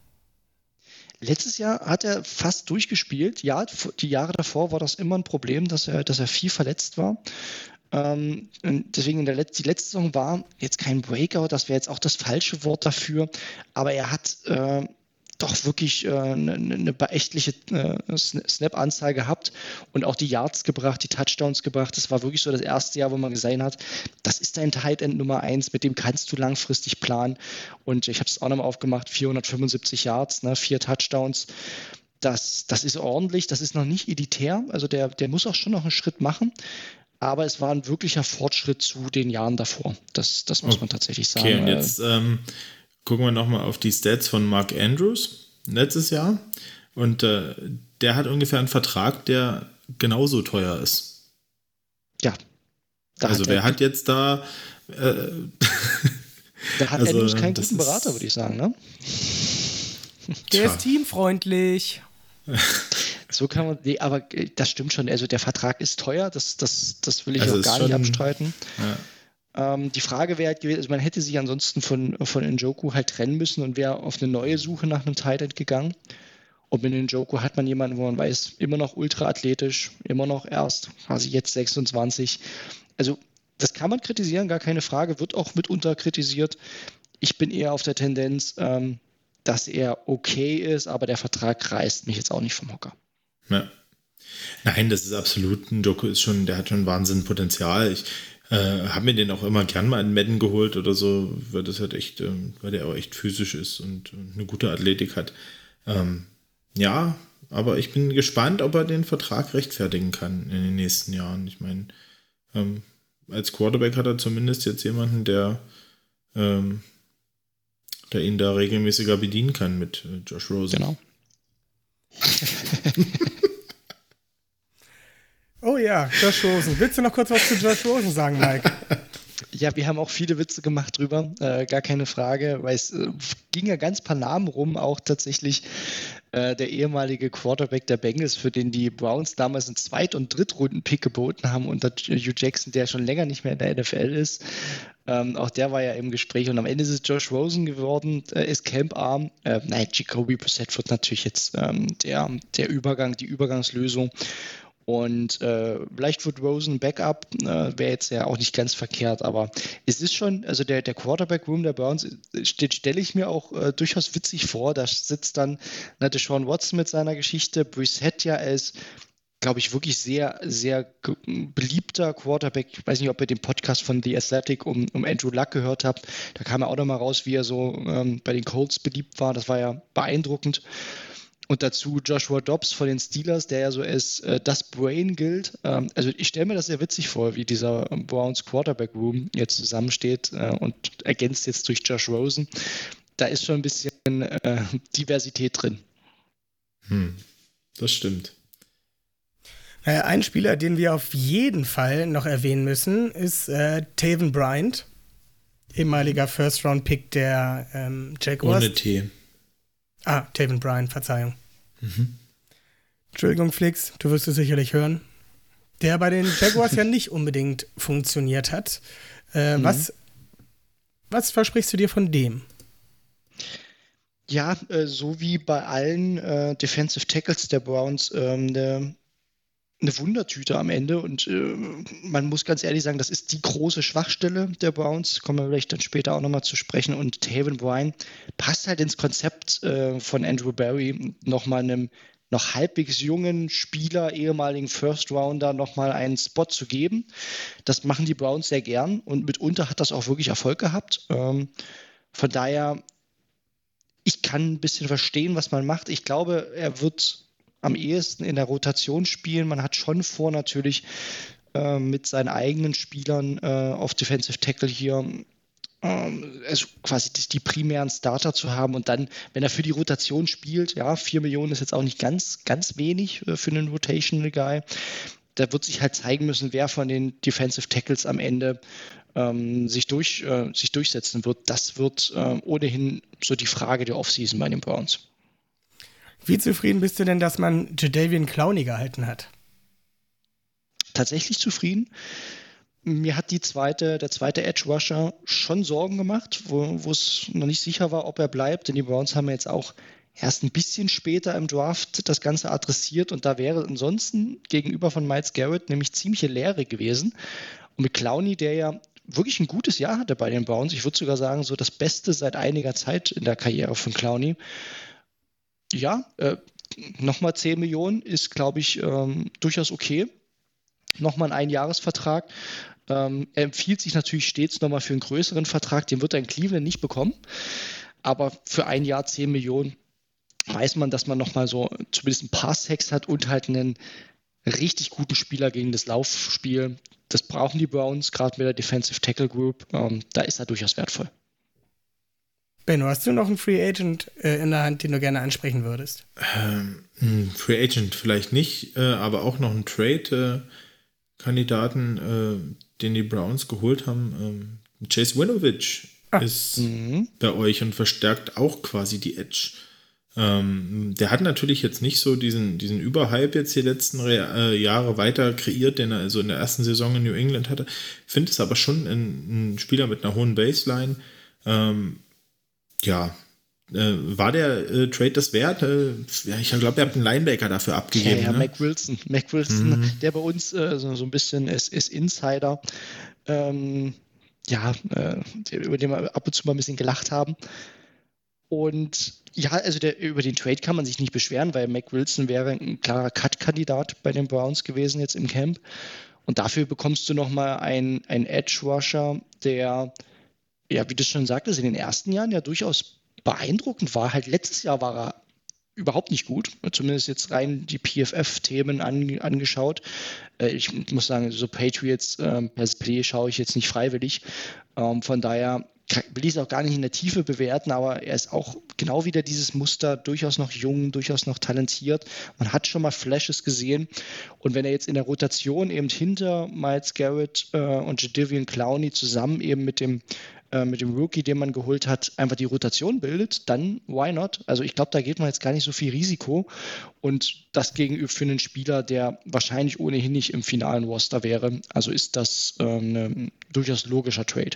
[SPEAKER 5] Letztes Jahr hat er fast durchgespielt. Ja, die Jahre davor war das immer ein Problem, dass er, dass er viel verletzt war. Ähm, deswegen in der Letz-, die letzte Saison war jetzt kein Breakout, das wäre jetzt auch das falsche Wort dafür, aber er hat äh, doch wirklich äh, eine, eine beachtliche äh, Snap-Anzahl gehabt und auch die Yards gebracht, die Touchdowns gebracht. Das war wirklich so das erste Jahr, wo man gesehen hat, das ist dein Tight End Nummer eins, mit dem kannst du langfristig planen. Und ich habe es auch nochmal aufgemacht, vierhundertfünfundsiebzig Yards, ne, vier Touchdowns. Das, das ist ordentlich, das ist noch nicht elitär, also der, der muss auch schon noch einen Schritt machen. Aber es war ein wirklicher Fortschritt zu den Jahren davor. Das, das muss man tatsächlich sagen.
[SPEAKER 4] Okay, und jetzt ähm, gucken wir nochmal auf die Stats von Mark Andrews letztes Jahr. Und äh, der hat ungefähr einen Vertrag, der genauso teuer ist.
[SPEAKER 5] Ja.
[SPEAKER 4] Also wer hat jetzt da... Äh,
[SPEAKER 5] da hat
[SPEAKER 4] also,
[SPEAKER 5] Andrews keinen guten Berater, würde ich sagen, ne?
[SPEAKER 3] Der ist teamfreundlich.
[SPEAKER 5] So kann man, nee, aber das stimmt schon. Also der Vertrag ist teuer, das, das, das will ich
[SPEAKER 4] also
[SPEAKER 5] auch gar
[SPEAKER 4] schon,
[SPEAKER 5] nicht abstreiten.
[SPEAKER 4] Ja.
[SPEAKER 5] Ähm, die Frage wäre halt gewesen, also man hätte sich ansonsten von, von Njoku halt trennen müssen und wäre auf eine neue Suche nach einem Tight End gegangen. Und mit Njoku hat man jemanden, wo man weiß, immer noch ultra athletisch, immer noch erst quasi jetzt sechsundzwanzig. Also das kann man kritisieren, gar keine Frage, wird auch mitunter kritisiert. Ich bin eher auf der Tendenz, ähm, dass er okay ist, aber der Vertrag reißt mich jetzt auch nicht vom Hocker.
[SPEAKER 4] Ja. Nein, das ist absolut, Njoku ist schon, der hat schon Wahnsinnpotenzial. Ich äh, habe mir den auch immer gern mal in Madden geholt oder so, weil das halt echt, ähm, weil der auch echt physisch ist und, und eine gute Athletik hat. Ähm, ja, aber ich bin gespannt, ob er den Vertrag rechtfertigen kann in den nächsten Jahren. Ich meine, ähm, als Quarterback hat er zumindest jetzt jemanden, der ähm, der ihn da regelmäßiger bedienen kann mit äh, Josh Rosen.
[SPEAKER 5] Genau.
[SPEAKER 3] Oh ja, Josh Rosen. Willst du noch kurz was zu Josh Rosen sagen, Mike?
[SPEAKER 5] Ja, wir haben auch viele Witze gemacht drüber, äh, gar keine Frage, weil es äh, ging ja ganz paar Namen rum, auch tatsächlich äh, der ehemalige Quarterback der Bengals, für den die Browns damals einen Zweit- und Drittrunden-Pick geboten haben unter Hugh Jackson, der schon länger nicht mehr in der N F L ist. Ähm, auch der war ja im Gespräch und am Ende ist es Josh Rosen geworden, äh, ist Camp-Arm. Äh, nein, Jacoby Brissett wird natürlich jetzt ähm, der, der Übergang, die Übergangslösung. Und äh, vielleicht wird Rosen Backup, äh, wäre jetzt ja auch nicht ganz verkehrt, aber es ist schon, also der, der Quarterback-Room der Browns, stelle ich mir auch äh, durchaus witzig vor. Da sitzt dann na, Deshaun Watson mit seiner Geschichte, Brissett ja als, glaube ich, wirklich sehr, sehr beliebter Quarterback. Ich weiß nicht, ob ihr den Podcast von The Athletic um, um Andrew Luck gehört habt. Da kam ja auch nochmal raus, wie er so ähm, bei den Colts beliebt war. Das war ja beeindruckend. Und dazu Joshua Dobbs von den Steelers, der ja so als äh, das Brain gilt. Ähm, also ich stelle mir das sehr witzig vor, wie dieser Browns Quarterback Room jetzt zusammensteht äh, und ergänzt jetzt durch Josh Rosen. Da ist schon ein bisschen äh, Diversität drin.
[SPEAKER 4] Hm, das stimmt.
[SPEAKER 3] Naja, ein Spieler, den wir auf jeden Fall noch erwähnen müssen, ist äh, Taven Bryant, ehemaliger First-Round-Pick der ähm, Jaguars.
[SPEAKER 4] Ohne T.
[SPEAKER 3] Ah, Taven Bryant, Verzeihung. Mhm. Entschuldigung, Flix, du wirst es sicherlich hören. Der bei den Jaguars ja nicht unbedingt funktioniert hat. Äh, mhm. was, was versprichst du dir von dem?
[SPEAKER 5] Ja, äh, so wie bei allen äh, Defensive Tackles der Browns ähm, eine, eine Wundertüte am Ende. Und äh, man muss ganz ehrlich sagen, das ist die große Schwachstelle der Browns. Kommen wir vielleicht dann später auch nochmal zu sprechen. Und Taven Bryant passt halt ins Konzept äh, von Andrew Berry, nochmal einem noch halbwegs jungen Spieler, ehemaligen First Rounder, nochmal einen Spot zu geben. Das machen die Browns sehr gern und mitunter hat das auch wirklich Erfolg gehabt. Ähm, von daher, ich kann ein bisschen verstehen, was man macht. Ich glaube, er wird am ehesten in der Rotation spielen. Man hat schon vor, natürlich äh, mit seinen eigenen Spielern äh, auf Defensive Tackle hier also quasi die, die primären Starter zu haben und dann, wenn er für die Rotation spielt, ja, vier Millionen ist jetzt auch nicht ganz, ganz wenig äh, für einen Rotational Guy. Da wird sich halt zeigen müssen, wer von den Defensive Tackles am Ende ähm, sich, durch, äh, sich durchsetzen wird. Das wird äh, ohnehin so die Frage der Offseason bei den Browns.
[SPEAKER 3] Wie zufrieden bist du denn, dass man Jadeveon Clowney gehalten hat?
[SPEAKER 5] Tatsächlich zufrieden. Mir hat die zweite, der zweite Edge Rusher schon Sorgen gemacht, wo, wo es noch nicht sicher war, ob er bleibt, denn die Browns haben jetzt auch erst ein bisschen später im Draft das Ganze adressiert und da wäre ansonsten gegenüber von Myles Garrett nämlich ziemliche Leere gewesen. Und mit Clowney, der ja wirklich ein gutes Jahr hatte bei den Browns, ich würde sogar sagen, so das Beste seit einiger Zeit in der Karriere von Clowney. Ja, äh, nochmal zehn Millionen ist, glaube ich, ähm, durchaus okay. Nochmal ein Einjahresvertrag. Ähm, er empfiehlt sich natürlich stets nochmal für einen größeren Vertrag. Den wird er in Cleveland nicht bekommen. Aber für ein Jahr zehn Millionen weiß man, dass man nochmal so zumindest ein paar Sacks hat und halt einen richtig guten Spieler gegen das Laufspiel. Das brauchen die Browns, gerade mit der Defensive Tackle Group. Ähm, da ist er durchaus wertvoll.
[SPEAKER 3] Benno, hast du noch einen Free Agent äh, in der Hand, den du gerne ansprechen würdest?
[SPEAKER 4] Ähm, ein Free Agent vielleicht nicht, äh, aber auch noch einen Trade-Kandidaten, äh, den die Browns geholt haben. Ähm, Chase Winovich ah. ist mhm. bei euch und verstärkt auch quasi die Edge. Ähm, der hat natürlich jetzt nicht so diesen, diesen Überhype jetzt die letzten Re- äh, Jahre weiter kreiert, den er also in der ersten Saison in New England hatte. Ich finde es aber schon ein, ein Spieler mit einer hohen Baseline. Ähm, ja, äh, war der äh, Trade das wert? Äh, ja, ich glaube, ihr habt einen Linebacker dafür abgegeben.
[SPEAKER 5] Ja, ja,
[SPEAKER 4] ne?
[SPEAKER 5] Mac Wilson. Mac Wilson,
[SPEAKER 4] mhm.
[SPEAKER 5] der bei uns äh, so, so ein bisschen ist, ist Insider. Ähm, ja, äh, über den wir ab und zu mal ein bisschen gelacht haben. Und ja, also der, über den Trade kann man sich nicht beschweren, weil Mac Wilson wäre ein klarer Cut-Kandidat bei den Browns gewesen jetzt im Camp. Und dafür bekommst du nochmal einen, einen Edge-Rusher, der, ja, wie du schon sagtest, in den ersten Jahren ja durchaus beeindruckend war. Halt letztes Jahr war er überhaupt nicht gut, zumindest jetzt rein die P F F-Themen an, angeschaut. Äh, ich muss sagen, so Patriots äh, per Play schaue ich jetzt nicht freiwillig. Ähm, von daher will ich es auch gar nicht in der Tiefe bewerten, aber er ist auch genau wieder dieses Muster, durchaus noch jung, durchaus noch talentiert. Man hat schon mal Flashes gesehen und wenn er jetzt in der Rotation eben hinter Myles Garrett äh, und Jadeveon Clowney zusammen eben mit dem mit dem Rookie, den man geholt hat, einfach die Rotation bildet, dann why not? Also ich glaube, da geht man jetzt gar nicht so viel Risiko und das gegenüber für einen Spieler, der wahrscheinlich ohnehin nicht im finalen Roster wäre. Also ist das äh, ein durchaus logischer Trade.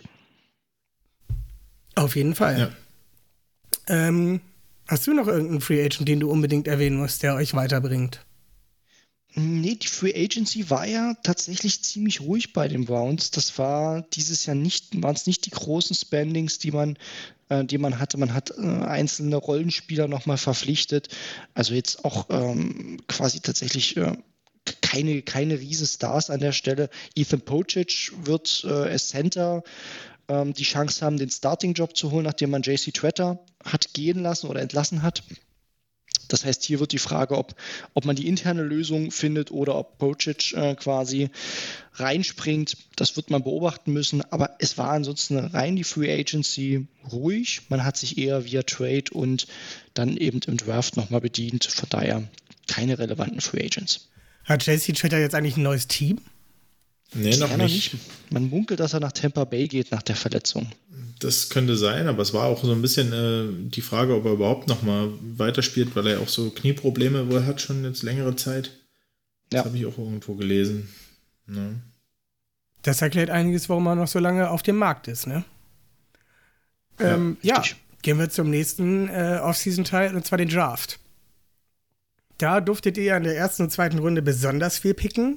[SPEAKER 3] Auf jeden Fall.
[SPEAKER 4] Ja.
[SPEAKER 3] Ähm, hast du noch irgendeinen Free Agent, den du unbedingt erwähnen musst, der euch weiterbringt?
[SPEAKER 5] Nee, die Free Agency war ja tatsächlich ziemlich ruhig bei den Browns. Das war dieses Jahr nicht, waren es nicht die großen Spendings, die man, äh, die man hatte. Man hat äh, einzelne Rollenspieler nochmal verpflichtet. Also jetzt auch ähm, quasi tatsächlich äh, keine, keine Riesenstars an der Stelle. Ethan Pocic wird äh, als Center ähm, die Chance haben, den Starting-Job zu holen, nachdem man J C Tretter hat gehen lassen oder entlassen hat. Das heißt, hier wird die Frage, ob, ob man die interne Lösung findet oder ob Pocic äh, quasi reinspringt. Das wird man beobachten müssen. Aber es war ansonsten rein die Free Agency ruhig. Man hat sich eher via Trade und dann eben im Draft nochmal bedient. Von daher keine relevanten Free Agents.
[SPEAKER 3] Hat J C Tretter jetzt eigentlich ein neues Team?
[SPEAKER 4] Nee, noch
[SPEAKER 5] ja,
[SPEAKER 4] nicht.
[SPEAKER 5] noch nicht. Man munkelt, dass er nach Tampa Bay geht nach der Verletzung.
[SPEAKER 4] Das könnte sein, aber es war auch so ein bisschen äh, die Frage, ob er überhaupt noch mal weiterspielt, weil er auch so Knieprobleme wohl hat, schon jetzt längere Zeit. Das
[SPEAKER 5] Ja.
[SPEAKER 4] habe ich auch irgendwo gelesen. Ja.
[SPEAKER 3] Das erklärt einiges, warum er noch so lange auf dem Markt ist, ne? Ähm, ja,
[SPEAKER 5] richtig.
[SPEAKER 3] gehen wir zum nächsten äh, Off-Season-Teil, und zwar den Draft. Da durftet ihr in der ersten und zweiten Runde besonders viel picken.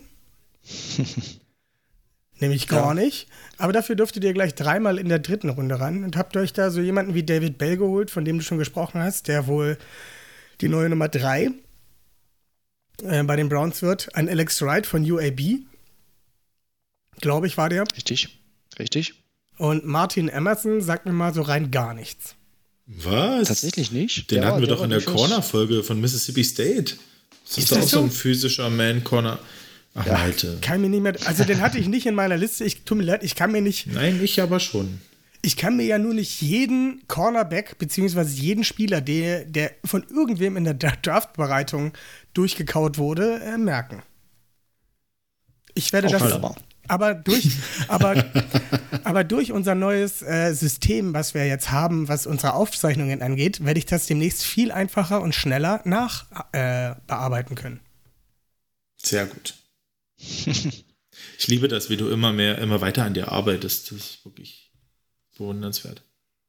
[SPEAKER 3] Nämlich gar
[SPEAKER 5] Ja.
[SPEAKER 3] nicht. Aber dafür durftet ihr gleich dreimal in der dritten Runde ran und habt euch da so jemanden wie David Bell geholt, von dem du schon gesprochen hast, der wohl die neue Nummer drei äh, bei den Browns wird. Ein Alex Wright von U A B, glaube ich, war der.
[SPEAKER 5] Richtig, richtig.
[SPEAKER 3] Und Martin Emerson sagt mir mal so rein gar nichts.
[SPEAKER 4] Was?
[SPEAKER 5] Tatsächlich nicht.
[SPEAKER 4] Den
[SPEAKER 5] Der
[SPEAKER 4] hatten
[SPEAKER 5] war-
[SPEAKER 4] wir
[SPEAKER 5] der
[SPEAKER 4] doch
[SPEAKER 5] war
[SPEAKER 4] in der
[SPEAKER 5] durchaus-
[SPEAKER 4] Corner-Folge von Mississippi State. Das ist,
[SPEAKER 3] Ist
[SPEAKER 4] doch
[SPEAKER 3] das
[SPEAKER 4] auch so ein
[SPEAKER 3] so?
[SPEAKER 4] physischer Man-Corner. Ach, Malte.
[SPEAKER 3] Kann mir nicht mehr, also den hatte ich nicht in meiner Liste. Ich tut mir leid, ich kann mir nicht,
[SPEAKER 4] Nein, ich aber schon.
[SPEAKER 3] ich kann mir ja nur nicht jeden Cornerback beziehungsweise jeden Spieler, der, der von irgendwem in der Draftbereitung durchgekaut wurde, äh, merken. Ich werde
[SPEAKER 5] Auch
[SPEAKER 3] das,
[SPEAKER 5] wunderbar.
[SPEAKER 3] aber durch, aber, aber durch unser neues äh, System, was wir jetzt haben, was unsere Aufzeichnungen angeht, werde ich das demnächst viel einfacher und schneller nach äh, bearbeiten können.
[SPEAKER 4] Sehr gut. Ich liebe das, wie du immer mehr, immer weiter an dir arbeitest. Das ist wirklich bewundernswert.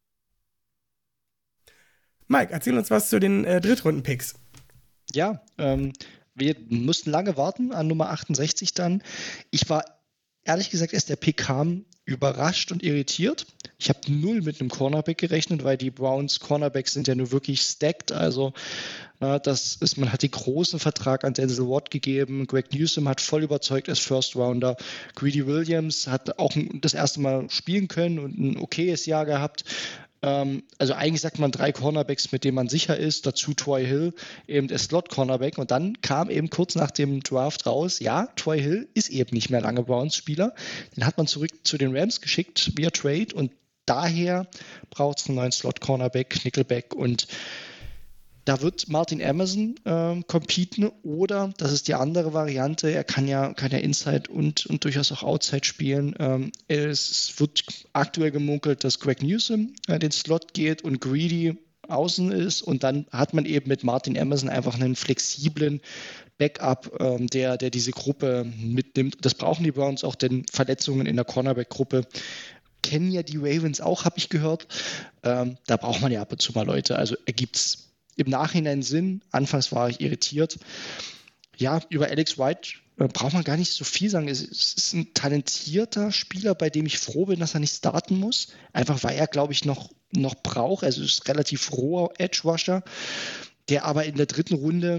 [SPEAKER 3] Mike, erzähl uns was zu den äh, Drittrunden-Picks.
[SPEAKER 5] Ja, ähm, wir mussten lange warten an Nummer achtundsechzig dann. Ich war ehrlich gesagt, erst der Pick kam, überrascht und irritiert. Ich habe null mit einem Cornerback gerechnet, weil die Browns Cornerbacks sind ja nur wirklich stacked. Also äh, das ist, man hat den großen Vertrag an Denzel Ward gegeben. Greg Newsome hat voll überzeugt als First Rounder. Greedy Williams hat auch ein, das erste Mal spielen können und ein okayes Jahr gehabt. Ähm, also eigentlich sagt man drei Cornerbacks, mit denen man sicher ist. Dazu Troy Hill, eben der Slot-Cornerback. Und dann kam eben kurz nach dem Draft raus, ja, Troy Hill ist eben nicht mehr lange Browns-Spieler. Den hat man zurück zu den Rams geschickt via Trade und daher braucht es einen neuen Slot-Cornerback, Nickelback und da wird Martin Emerson äh, competen oder, das ist die andere Variante, er kann ja, kann ja Inside und, und durchaus auch Outside spielen. Ähm, es wird aktuell gemunkelt, dass Greg Newsome äh, den Slot geht und Greedy außen ist und dann hat man eben mit Martin Emerson einfach einen flexiblen Backup, ähm, der, der diese Gruppe mitnimmt. Das brauchen die Browns auch, denn Verletzungen in der Cornerback-Gruppe kennen ja die Ravens auch, habe ich gehört. Ähm, da braucht man ja ab und zu mal Leute. Also ergibt es im Nachhinein Sinn. Anfangs war ich irritiert. Ja, über Alex Wright äh, braucht man gar nicht so viel sagen. Es, es ist ein talentierter Spieler, bei dem ich froh bin, dass er nicht starten muss. Einfach weil er, glaube ich, noch, noch braucht. Also es ist relativ roher Edge-Rusher, der aber in der dritten Runde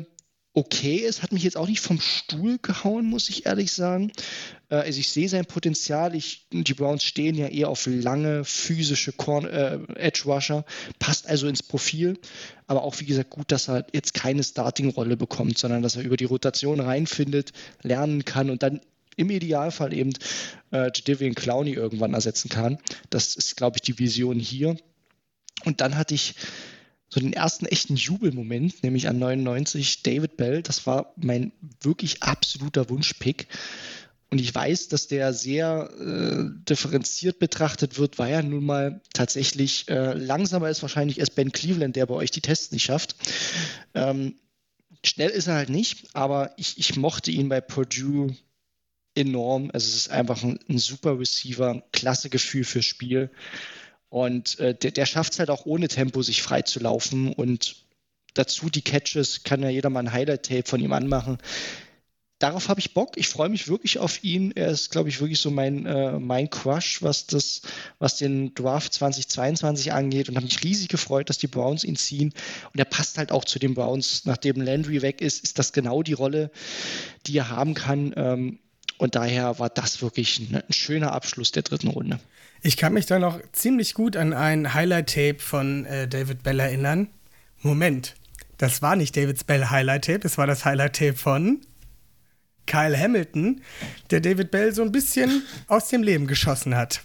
[SPEAKER 5] okay ist, hat mich jetzt auch nicht vom Stuhl gehauen, muss ich ehrlich sagen. Äh, also ich sehe sein Potenzial. Ich, die Browns stehen ja eher auf lange physische Corner, äh, Edge-Rusher, passt also ins Profil. Aber auch, wie gesagt, gut, dass er jetzt keine Starting-Rolle bekommt, sondern dass er über die Rotation reinfindet, lernen kann und dann im Idealfall eben äh, Jadeveon Clowney irgendwann ersetzen kann. Das ist, glaube ich, die Vision hier. Und dann hatte ich so den ersten echten Jubelmoment, nämlich an neunundneunzig, David Bell. Das war mein wirklich absoluter Wunschpick. Und ich weiß, dass der sehr äh, differenziert betrachtet wird, weil er nun mal tatsächlich äh, langsamer ist wahrscheinlich als Ben Cleveland, der bei euch die Tests nicht schafft. Ähm, schnell ist er halt nicht, aber ich, ich mochte ihn bei Purdue enorm. Also es ist einfach ein, ein super Receiver, klasse Gefühl fürs Spiel. Und äh, der, der schafft es halt auch ohne Tempo, sich frei zu laufen. Und dazu die Catches, kann ja jeder mal ein Highlight-Tape von ihm anmachen. Darauf habe ich Bock. Ich freue mich wirklich auf ihn. Er ist, glaube ich, wirklich so mein, äh, mein Crush, was, das, was den Draft zweitausendzweiundzwanzig angeht. Und habe mich riesig gefreut, dass die Browns ihn ziehen. Und er passt halt auch zu den Browns. Nachdem Landry weg ist, ist das genau die Rolle, die er haben kann. Ähm, und daher war das wirklich ein, ein schöner Abschluss der dritten Runde.
[SPEAKER 3] Ich kann mich da noch ziemlich gut an ein Highlight-Tape von äh, David Bell erinnern. Moment, das war nicht David Bell Highlight-Tape, das war das Highlight-Tape von Kyle Hamilton, der David Bell so ein bisschen aus dem Leben geschossen hat.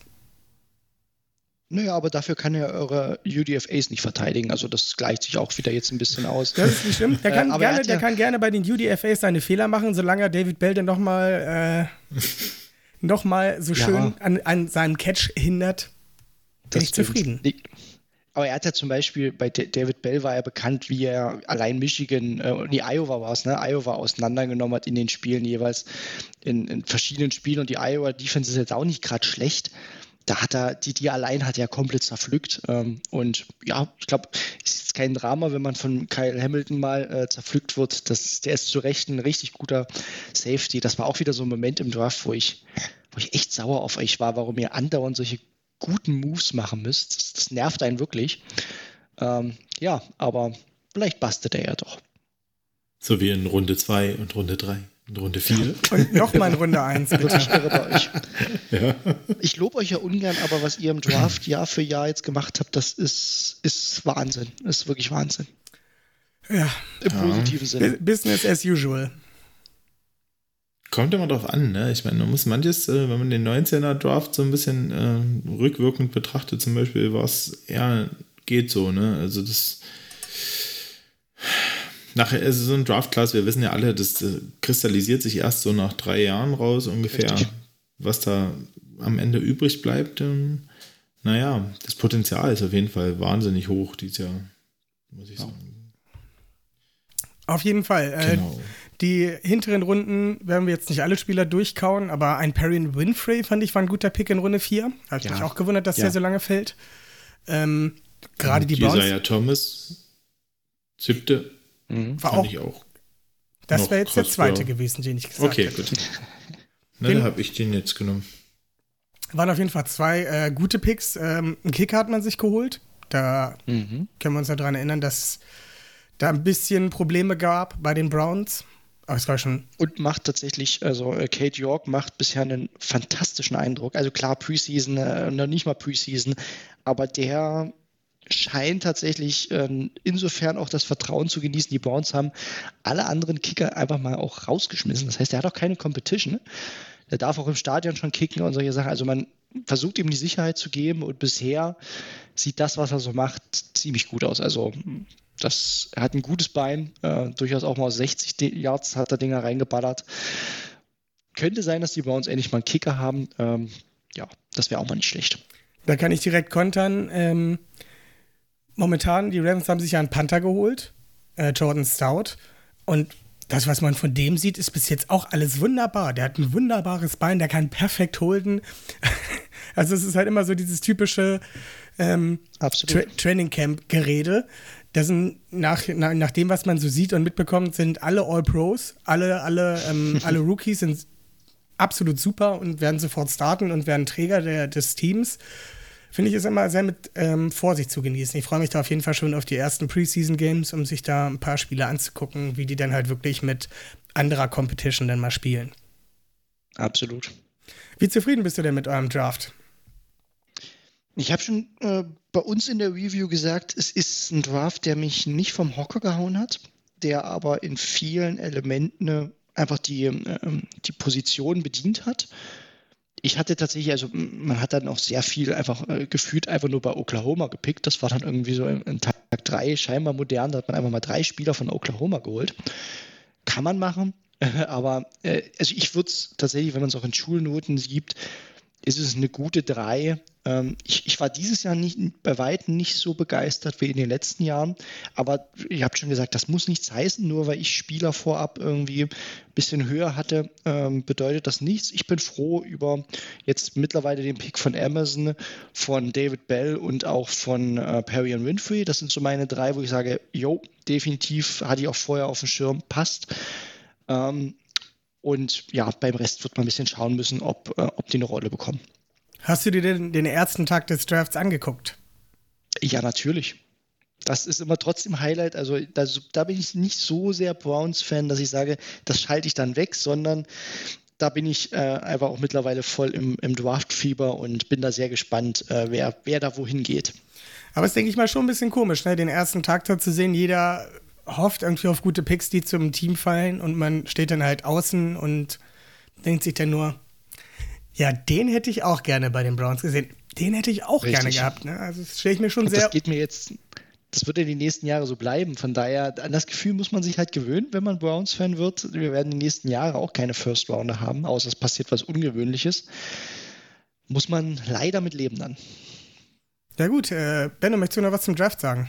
[SPEAKER 5] Naja, aber dafür kann er eure U D F As nicht verteidigen. Also das gleicht sich auch wieder jetzt ein bisschen aus.
[SPEAKER 3] Das ist nicht schlimm. Der kann,
[SPEAKER 5] äh,
[SPEAKER 3] gerne,
[SPEAKER 5] ja
[SPEAKER 3] der kann gerne bei den U D F As seine Fehler machen, solange er David Bell dann nochmal äh, noch mal so
[SPEAKER 5] ja.
[SPEAKER 3] schön an, an seinem Catch hindert. Bin ich
[SPEAKER 5] stimmt.
[SPEAKER 3] zufrieden.
[SPEAKER 5] Nee. Aber er hat ja zum Beispiel, bei David Bell war er bekannt, wie er allein Michigan, äh, nee, Iowa war es, ne? Iowa auseinandergenommen hat in den Spielen jeweils, in, in verschiedenen Spielen. Und die Iowa Defense ist jetzt auch nicht gerade schlecht. Da hat er, die, die allein hat er komplett zerpflückt. Ähm, und ja, ich glaube, es ist jetzt kein Drama, wenn man von Kyle Hamilton mal äh, zerpflückt wird. Das, der ist zu Recht ein richtig guter Safety. Das war auch wieder so ein Moment im Draft, wo ich, wo ich echt sauer auf euch war, warum ihr andauernd solche guten Moves machen müsst. Das, das nervt einen wirklich. Ähm, ja, aber vielleicht bastet er ja doch.
[SPEAKER 4] So wie in Runde zwei und Runde drei und Runde vier.
[SPEAKER 3] Und nochmal in Runde eins.
[SPEAKER 5] Wirklich irre bei euch.
[SPEAKER 4] Ja.
[SPEAKER 5] Ich lobe euch ja ungern, aber was ihr im Draft Jahr für Jahr jetzt gemacht habt, das ist, ist Wahnsinn. Das ist wirklich Wahnsinn.
[SPEAKER 3] Ja.
[SPEAKER 5] Im ja. positiven Sinne.
[SPEAKER 3] Business as usual.
[SPEAKER 4] Kommt immer drauf an, ne? Ich meine, man muss manches, äh, wenn man den neunzehner Draft so ein bisschen äh, rückwirkend betrachtet, zum Beispiel, was eher geht so, ne? Also das nachher, also so ein Draft-Class, wir wissen ja alle, das äh, kristallisiert sich erst so nach drei Jahren raus ungefähr. Richtig. Was da am Ende übrig bleibt. Ähm, naja, das Potenzial ist auf jeden Fall wahnsinnig hoch dieses Jahr, muss ich ja. sagen.
[SPEAKER 3] Auf jeden Fall. Genau. Äh, Die hinteren Runden werden wir jetzt nicht alle Spieler durchkauen, aber ein Perrin Winfrey fand ich war ein guter Pick in Runde vier. Habe ich ja. mich auch gewundert, dass ja. der so lange fällt. Ähm, Gerade die Browns.
[SPEAKER 4] Isaiah Thomas, siebte,
[SPEAKER 3] mhm. war auch,
[SPEAKER 4] ich auch.
[SPEAKER 3] Das wäre jetzt der zweite gewesen, den ich gesagt
[SPEAKER 4] okay,
[SPEAKER 3] hätte.
[SPEAKER 4] Okay, gut. Na, dann habe ich den jetzt genommen.
[SPEAKER 3] Waren auf jeden Fall zwei äh, gute Picks. Ähm, einen Kicker hat man sich geholt. Da mhm. können wir uns ja daran erinnern, dass da ein bisschen Probleme gab bei den Browns. Aber es war schon.
[SPEAKER 5] Und macht tatsächlich, also äh, Kate York macht bisher einen fantastischen Eindruck. Also klar, Preseason, äh, noch nicht mal Preseason, aber der scheint tatsächlich äh, insofern auch das Vertrauen zu genießen. Die Browns haben alle anderen Kicker einfach mal auch rausgeschmissen. Das heißt, er hat auch keine Competition. Der darf auch im Stadion schon kicken und solche Sachen. Also man versucht ihm die Sicherheit zu geben und bisher sieht das, was er so macht, ziemlich gut aus. Also das, er hat ein gutes Bein, äh, durchaus auch mal aus sechzig Yards hat er Dinger reingeballert. Könnte sein, dass die Browns endlich mal einen Kicker haben. Ähm, ja, das wäre auch mal nicht schlecht.
[SPEAKER 3] Da kann ich direkt kontern. Ähm, momentan, die Ravens haben sich ja einen Panther geholt, äh, Jordan Stout. Und das, was man von dem sieht, ist bis jetzt auch alles wunderbar. Der hat ein wunderbares Bein, der kann perfekt holden. Also es ist halt immer so dieses typische ähm, Tra- Training-Camp-Gerede. Das sind nach, nach, nach dem, was man so sieht und mitbekommt, sind alle All-Pros, alle, alle, ähm, alle Rookies sind absolut super und werden sofort starten und werden Träger der, des Teams. finde ich, ist immer sehr mit ähm, Vorsicht zu genießen. Ich freue mich da auf jeden Fall schon auf die ersten Preseason-Games, um sich da ein paar Spiele anzugucken, wie die dann halt wirklich mit anderer Competition dann mal spielen.
[SPEAKER 5] Absolut.
[SPEAKER 3] Wie zufrieden bist du denn mit eurem Draft?
[SPEAKER 5] Ich habe schon äh, bei uns in der Review gesagt, es ist ein Draft, der mich nicht vom Hocker gehauen hat, der aber in vielen Elementen äh, einfach die, äh, die Position bedient hat. Ich hatte tatsächlich, also man hat dann auch sehr viel einfach äh, gefühlt einfach nur bei Oklahoma gepickt. Das war dann irgendwie so in, in Tag drei scheinbar modern. Da hat man einfach mal drei Spieler von Oklahoma geholt. Kann man machen, äh, aber äh, also ich würde es tatsächlich, wenn man es auch in Schulnoten sieht, ist es eine gute drei. Ähm, ich, ich war dieses Jahr nicht, bei weitem nicht so begeistert wie in den letzten Jahren, aber ihr habt schon gesagt, das muss nichts heißen, nur weil ich Spieler vorab irgendwie ein bisschen höher hatte, ähm, bedeutet das nichts. Ich bin froh über jetzt mittlerweile den Pick von Amazon, von David Bell und auch von äh, Perry und Winfrey. Das sind so meine drei, wo ich sage, jo, definitiv hatte ich auch vorher auf dem Schirm, passt. Ähm, Und ja, beim Rest wird man ein bisschen schauen müssen, ob, äh, ob die eine Rolle bekommen.
[SPEAKER 3] Hast du dir den, den ersten Tag des Drafts angeguckt?
[SPEAKER 5] Ja, natürlich. Das ist immer trotzdem Highlight. Also da, da bin ich nicht so sehr Browns-Fan, dass ich sage, das schalte ich dann weg, sondern da bin ich äh, einfach auch mittlerweile voll im, im Draft-Fieber und bin da sehr gespannt, äh, wer, wer da wohin geht.
[SPEAKER 3] Aber es ist, denke ich mal, schon ein bisschen komisch, ne? Den ersten Tag da zu sehen. Jeder hofft irgendwie auf gute Picks, die zum Team fallen, und man steht dann halt außen und denkt sich dann nur, ja, den hätte ich auch gerne bei den Browns gesehen. Den hätte ich auch
[SPEAKER 5] Richtig.
[SPEAKER 3] gerne gehabt. Ne? Also das stelle ich mir schon
[SPEAKER 5] und
[SPEAKER 3] sehr...
[SPEAKER 5] Das geht mir jetzt, das wird ja die nächsten Jahre so bleiben. Von daher, an das Gefühl muss man sich halt gewöhnen, wenn man Browns-Fan wird. Wir werden die nächsten Jahre auch keine First-Rounder haben, außer es passiert was Ungewöhnliches. Muss man leider mit leben dann.
[SPEAKER 3] Ja gut, äh, Benno, möchtest du noch was zum Draft sagen?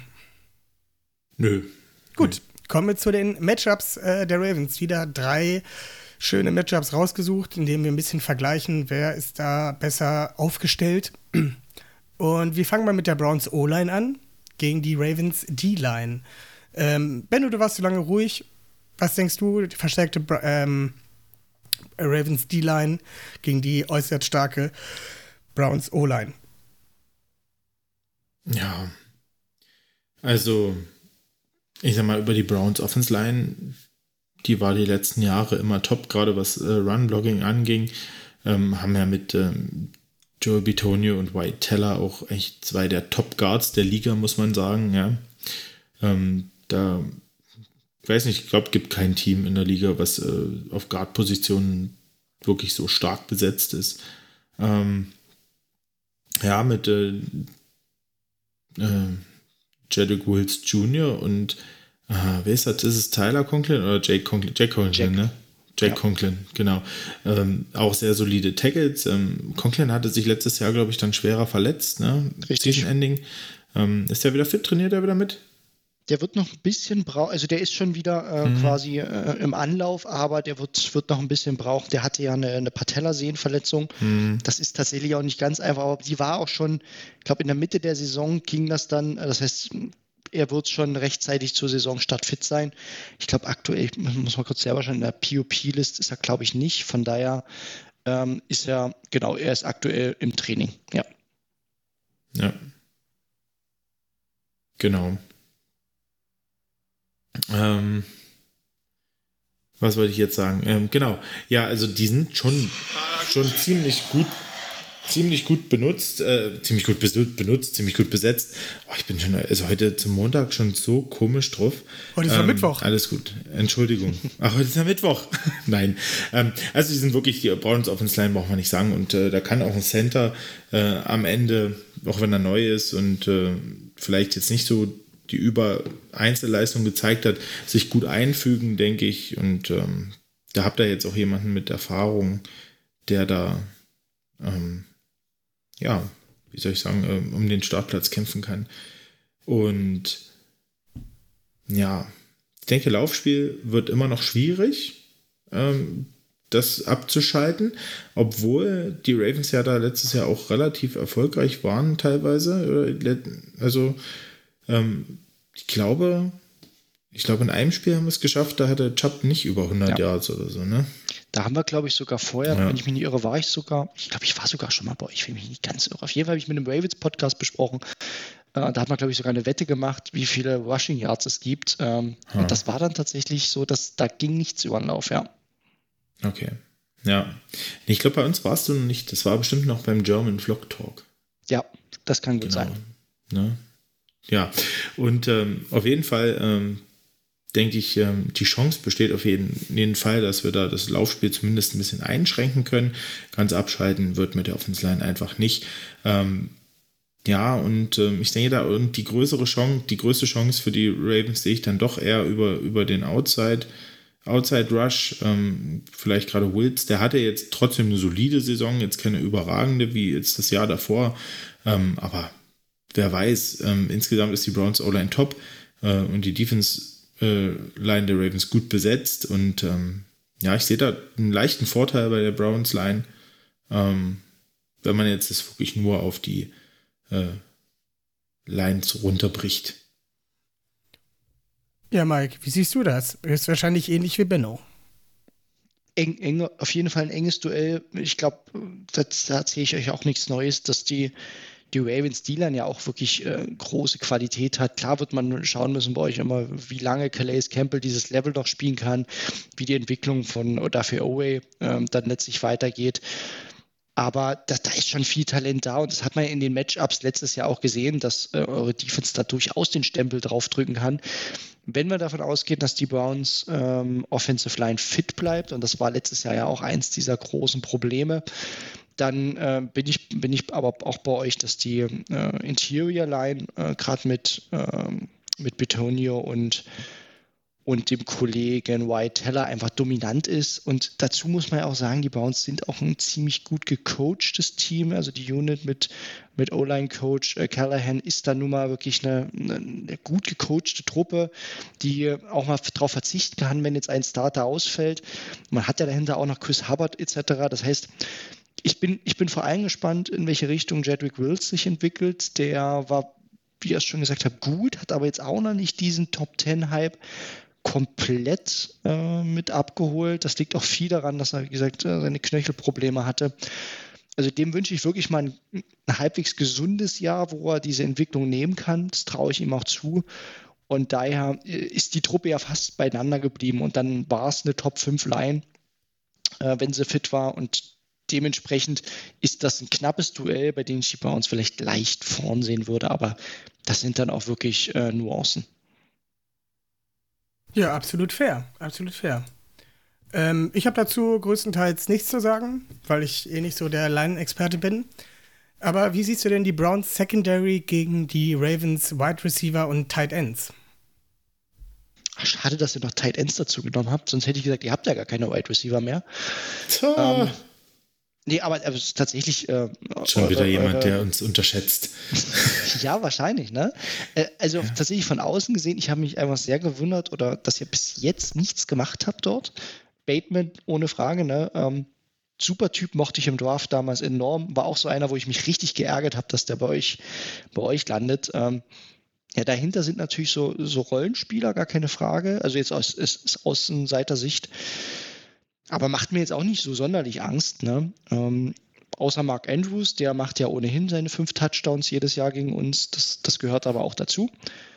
[SPEAKER 4] Nö.
[SPEAKER 3] Gut, kommen wir zu den Matchups äh, der Ravens. Wieder drei schöne Matchups rausgesucht, indem wir ein bisschen vergleichen, wer ist da besser aufgestellt. Und wir fangen mal mit der Browns O-Line an, gegen die Ravens D-Line. Ähm, Benno, du warst so lange ruhig. Was denkst du, die verstärkte ähm, Ravens D-Line gegen die äußerst starke Browns O-Line?
[SPEAKER 4] Ja, also ich sag mal, über die Browns Offense Line, die war die letzten Jahre immer top, gerade was äh, Run-Blocking anging. Ähm, haben ja mit ähm, Joe Bitonio und White Teller auch echt zwei der Top-Guards der Liga, muss man sagen. Ja. Ähm, da, ich weiß nicht, ich glaube, es gibt kein Team in der Liga, was äh, auf Guard-Positionen wirklich so stark besetzt ist. Ähm, ja, mit äh, äh, Jedrick Wills Junior und äh, wer ist das? Ist es Tyler Conklin oder Jake Conklin? Jake Conklin,
[SPEAKER 5] Jack.
[SPEAKER 4] ne? Jake
[SPEAKER 5] Ja.
[SPEAKER 4] Conklin, genau. Ähm, auch sehr solide Tackles. Ähm, Conklin hatte sich letztes Jahr, glaube ich, dann schwerer verletzt, ne?
[SPEAKER 5] Richtig.
[SPEAKER 4] Season Ending. Ähm, ist der wieder fit? Trainiert er wieder mit?
[SPEAKER 5] Der wird noch ein bisschen brauchen, also der ist schon wieder äh,
[SPEAKER 4] Mhm.
[SPEAKER 5] quasi äh, im Anlauf, aber der wird, wird noch ein bisschen brauchen. Der hatte ja eine, eine Patellasehnenverletzung.
[SPEAKER 4] Mhm.
[SPEAKER 5] Das ist tatsächlich auch nicht ganz einfach, aber die war auch schon, ich glaube, in der Mitte der Saison ging das dann, äh, das heißt, er wird schon rechtzeitig zur Saisonstart fit sein. Ich glaube, aktuell, ich muss mal kurz selber schauen, in der P O P-List ist er, glaube ich, nicht. Von daher ähm, ist er, genau, er ist aktuell im Training, ja.
[SPEAKER 4] Ja. Genau. Ähm, was wollte ich jetzt sagen? Ähm, genau. Ja, also die sind schon, schon ziemlich gut, ziemlich gut benutzt, äh, ziemlich gut besu- benutzt, ziemlich gut besetzt. Oh, ich bin schon, also heute zum Montag schon so komisch drauf.
[SPEAKER 3] Heute ist ja Mittwoch.
[SPEAKER 4] Alles gut. Entschuldigung. Ach, heute ist ja Mittwoch. Nein. Ähm, also die sind wirklich, die Browns Offense Line braucht man nicht sagen. Und äh, da kann auch ein Center äh, am Ende, auch wenn er neu ist und äh, vielleicht jetzt nicht so die über Einzelleistung gezeigt hat, sich gut einfügen, denke ich. Und ähm, da habt ihr jetzt auch jemanden mit Erfahrung, der da, ähm, ja, wie soll ich sagen, ähm, um den Startplatz kämpfen kann. Und ja, ich denke, Laufspiel wird immer noch schwierig, ähm, das abzuschalten, obwohl die Ravens ja da letztes Jahr auch relativ erfolgreich waren teilweise. Also Ähm, ich glaube, ich glaube, in einem Spiel haben wir es geschafft, da hatte Chubb nicht über hundert ja. Yards oder so, ne?
[SPEAKER 5] Da haben wir, glaube ich, sogar vorher,
[SPEAKER 4] ja.
[SPEAKER 5] wenn ich mich nicht irre, war ich sogar, ich glaube, ich war sogar schon mal bei euch, wenn ich mich nicht ganz irre. Auf jeden Fall habe ich mit einem Ravens-Podcast besprochen. Äh, da hat man, glaube ich, sogar eine Wette gemacht, wie viele Rushing Yards es gibt. Ähm, hm. Und das war dann tatsächlich so, dass da ging nichts über den Lauf, ja.
[SPEAKER 4] Okay. Ja. Ich glaube, bei uns warst du noch nicht, das war bestimmt noch beim German Vlog Talk.
[SPEAKER 5] Ja, das kann gut
[SPEAKER 4] genau.
[SPEAKER 5] sein.
[SPEAKER 4] Ne? Ja, und ähm, auf jeden Fall ähm, denke ich, ähm, die Chance besteht auf jeden, jeden Fall, dass wir da das Laufspiel zumindest ein bisschen einschränken können. Ganz abschalten wird mit der Offensive Line einfach nicht. Ähm, ja, und ähm, ich denke da, und die größere Chance, die größte Chance für die Ravens sehe ich dann doch eher über, über den Outside, Outside Rush. Ähm, vielleicht gerade Wills, der hatte jetzt trotzdem eine solide Saison, jetzt keine überragende wie jetzt das Jahr davor. Ähm, aber wer weiß, ähm, insgesamt ist die Browns O-Line top äh, und die Defense Line der Ravens gut besetzt und ähm, ja, ich sehe da einen leichten Vorteil bei der Browns Line, ähm, wenn man jetzt das wirklich nur auf die äh, Lines runterbricht.
[SPEAKER 3] Ja, Mike, wie siehst du das? Ist wahrscheinlich ähnlich wie Benno.
[SPEAKER 5] Eng, eng, auf jeden Fall ein enges Duell. Ich glaube, da erzähle ich euch auch nichts Neues, dass die die Ravens D-Line ja auch wirklich äh, große Qualität hat. Klar wird man schauen müssen bei euch immer, wie lange Calais Campbell dieses Level noch spielen kann, wie die Entwicklung von Odafe Oweh ähm, dann letztlich weitergeht. Aber da, da ist schon viel Talent da und das hat man in den Matchups letztes Jahr auch gesehen, dass äh, eure Defense da durchaus den Stempel draufdrücken kann. Wenn wir davon ausgehen, dass die Browns ähm, Offensive Line fit bleibt, und das war letztes Jahr ja auch eins dieser großen Probleme, dann äh, bin ich bin ich aber auch bei euch, dass die äh, Interior Line äh, gerade mit, äh, mit Bitonio und, und dem Kollegen White Teller einfach dominant ist. Und dazu muss man ja auch sagen, die Browns sind auch ein ziemlich gut gecoachtes Team. Also die Unit mit, mit O-Line-Coach äh, Callahan ist da nun mal wirklich eine, eine, eine gut gecoachte Truppe, die auch mal darauf verzichten kann, wenn jetzt ein Starter ausfällt. Man hat ja dahinter auch noch Chris Hubbard et cetera. Das heißt, Ich bin, ich bin vor allem gespannt, in welche Richtung Jedrick Wills sich entwickelt. Der war, wie ihr es schon gesagt habt, gut, hat aber jetzt auch noch nicht diesen Top Ten Hype komplett äh, mit abgeholt. Das liegt auch viel daran, dass er, wie gesagt, seine Knöchelprobleme hatte. Also dem wünsche ich wirklich mal ein, ein halbwegs gesundes Jahr, wo er diese Entwicklung nehmen kann. Das traue ich ihm auch zu. Und daher ist die Truppe ja fast beieinander geblieben. Und dann war es eine Top fünf Line, äh, wenn sie fit war. Und dementsprechend ist das ein knappes Duell, bei dem ich die Browns vielleicht leicht vorn sehen würde, aber das sind dann auch wirklich äh, Nuancen.
[SPEAKER 3] Ja, absolut fair, absolut fair. Ähm, ich habe dazu größtenteils nichts zu sagen, weil ich eh nicht so der Line-Experte bin. Aber wie siehst du denn die Browns Secondary gegen die Ravens Wide Receiver und Tight Ends?
[SPEAKER 5] Ach, schade, dass ihr noch Tight Ends dazu genommen habt, sonst hätte ich gesagt, ihr habt ja gar keine Wide Receiver mehr. Ähm, Nee, aber, aber es ist tatsächlich... Äh,
[SPEAKER 4] Schon
[SPEAKER 5] eure,
[SPEAKER 4] wieder jemand,
[SPEAKER 5] eure,
[SPEAKER 4] der uns unterschätzt.
[SPEAKER 5] Ja, wahrscheinlich, ne? Äh, also ja. Tatsächlich von außen gesehen, ich habe mich einfach sehr gewundert, oder dass ihr bis jetzt nichts gemacht habt dort. Bateman, ohne Frage, ne? Ähm, super Typ, mochte ich im Draft damals enorm. War auch so einer, wo ich mich richtig geärgert habe, dass der bei euch, bei euch landet. Ähm, ja, dahinter sind natürlich so, so Rollenspieler, gar keine Frage. Also jetzt aus, aus, aus Außenseiter-Sicht. Aber macht mir jetzt auch nicht so sonderlich Angst, ne? Ähm, außer Mark Andrews, der macht ja ohnehin seine fünf Touchdowns jedes Jahr gegen uns. Das, das gehört aber auch dazu.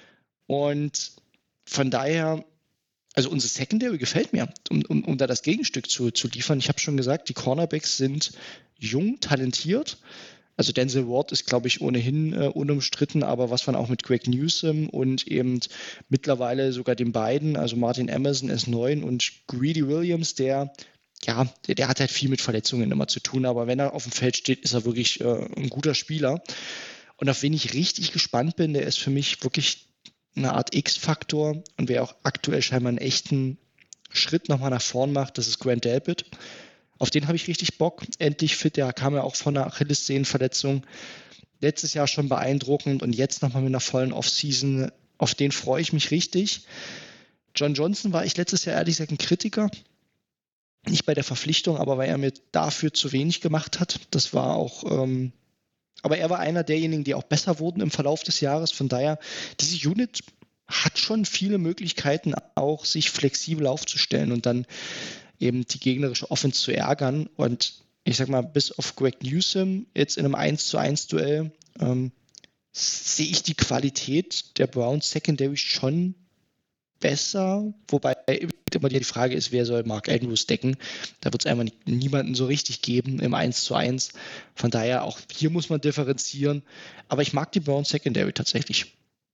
[SPEAKER 5] Und von daher, also unsere Secondary gefällt mir, um, um, um da das Gegenstück zu, zu liefern. Ich habe schon gesagt, die Cornerbacks sind jung, talentiert. Also Denzel Ward ist, glaube ich, ohnehin äh, unumstritten, aber was man auch mit Greg Newsome und eben mittlerweile sogar den beiden, also Martin Emerson S neun und Greedy Williams, der, ja, der, der hat halt viel mit Verletzungen immer zu tun, aber wenn er auf dem Feld steht, ist er wirklich äh, ein guter Spieler. Und auf wen ich richtig gespannt bin, der ist für mich wirklich eine Art X-Faktor und wer auch aktuell scheinbar einen echten Schritt nochmal nach vorn macht, das ist Grant Delpit. Auf den habe ich richtig Bock. Endlich fit. Der kam ja auch von einer Achillessehnenverletzung. Letztes Jahr schon beeindruckend und jetzt nochmal mit einer vollen Offseason. Auf den freue ich mich richtig. John Johnson war ich letztes Jahr ehrlich gesagt ein Kritiker. Nicht bei der Verpflichtung, aber weil er mir dafür zu wenig gemacht hat. Das war auch... Ähm, aber er war einer derjenigen, die auch besser wurden im Verlauf des Jahres. Von daher, diese Unit hat schon viele Möglichkeiten, auch sich flexibel aufzustellen und dann eben die gegnerische Offense zu ärgern. Und ich sag mal, bis auf Greg Newsome jetzt in einem eins zu eins Duell ähm, sehe ich die Qualität der Browns Secondary schon besser, wobei immer die Frage ist, wer soll Mark Andrews decken? Da wird es einfach nicht, niemanden so richtig geben im eins zu eins. Von daher auch hier muss man differenzieren. Aber ich mag die Browns Secondary tatsächlich.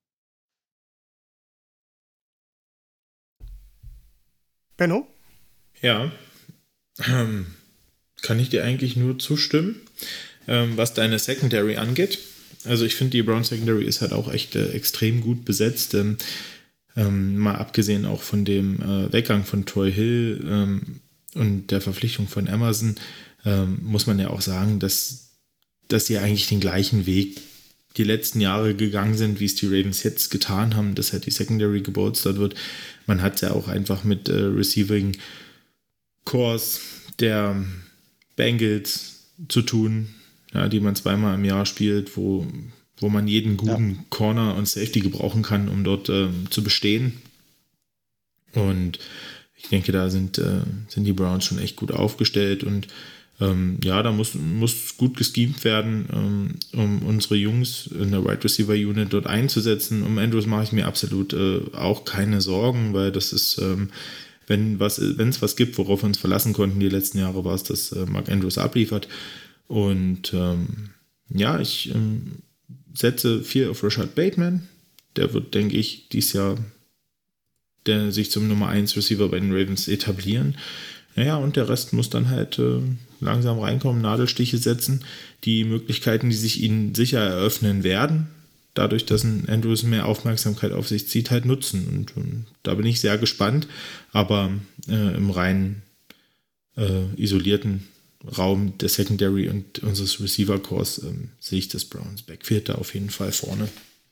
[SPEAKER 3] Benno?
[SPEAKER 4] Ja, ähm, kann ich dir eigentlich nur zustimmen, ähm, was deine Secondary angeht. Also ich finde, die Browns Secondary ist halt auch echt äh, extrem gut besetzt. Ähm, ähm, mal abgesehen auch von dem äh, Weggang von Troy Hill ähm, und der Verpflichtung von Emerson, ähm, muss man ja auch sagen, dass, dass sie eigentlich den gleichen Weg die letzten Jahre gegangen sind, wie es die Ravens jetzt getan haben, dass halt die Secondary gebolstert wird. Man hat es ja auch einfach mit äh, Receiving Cores der Bengals zu tun, ja, die man zweimal im Jahr spielt, wo, wo man jeden guten ja. Corner und Safety gebrauchen kann, um dort äh, zu bestehen. Und ich denke, da sind, äh, sind die Browns schon echt gut aufgestellt und ähm, ja, da muss, muss gut geschemt werden, ähm, um unsere Jungs in der Wide Receiver Unit dort einzusetzen. Um Andrews mache ich mir absolut äh, auch keine Sorgen, weil das ist, ähm, wenn was, wenn es was gibt, worauf wir uns verlassen konnten die letzten Jahre, war es, dass äh, Mark Andrews abliefert. Und ähm, ja, ich ähm, setze viel auf Rashad Bateman. Der wird, denke ich, dieses Jahr der sich zum Nummer eins Receiver bei den Ravens etablieren. Naja, und der Rest muss dann halt äh, langsam reinkommen, Nadelstiche setzen. Die Möglichkeiten, die sich ihnen sicher eröffnen werden, dadurch, dass ein Andrews mehr Aufmerksamkeit auf sich zieht, halt nutzen. Und, und da bin ich sehr gespannt. Aber äh, im rein äh, isolierten Raum der Secondary und unseres Receiver-Cores äh, sehe ich das Browns Backfield da auf jeden Fall vorne.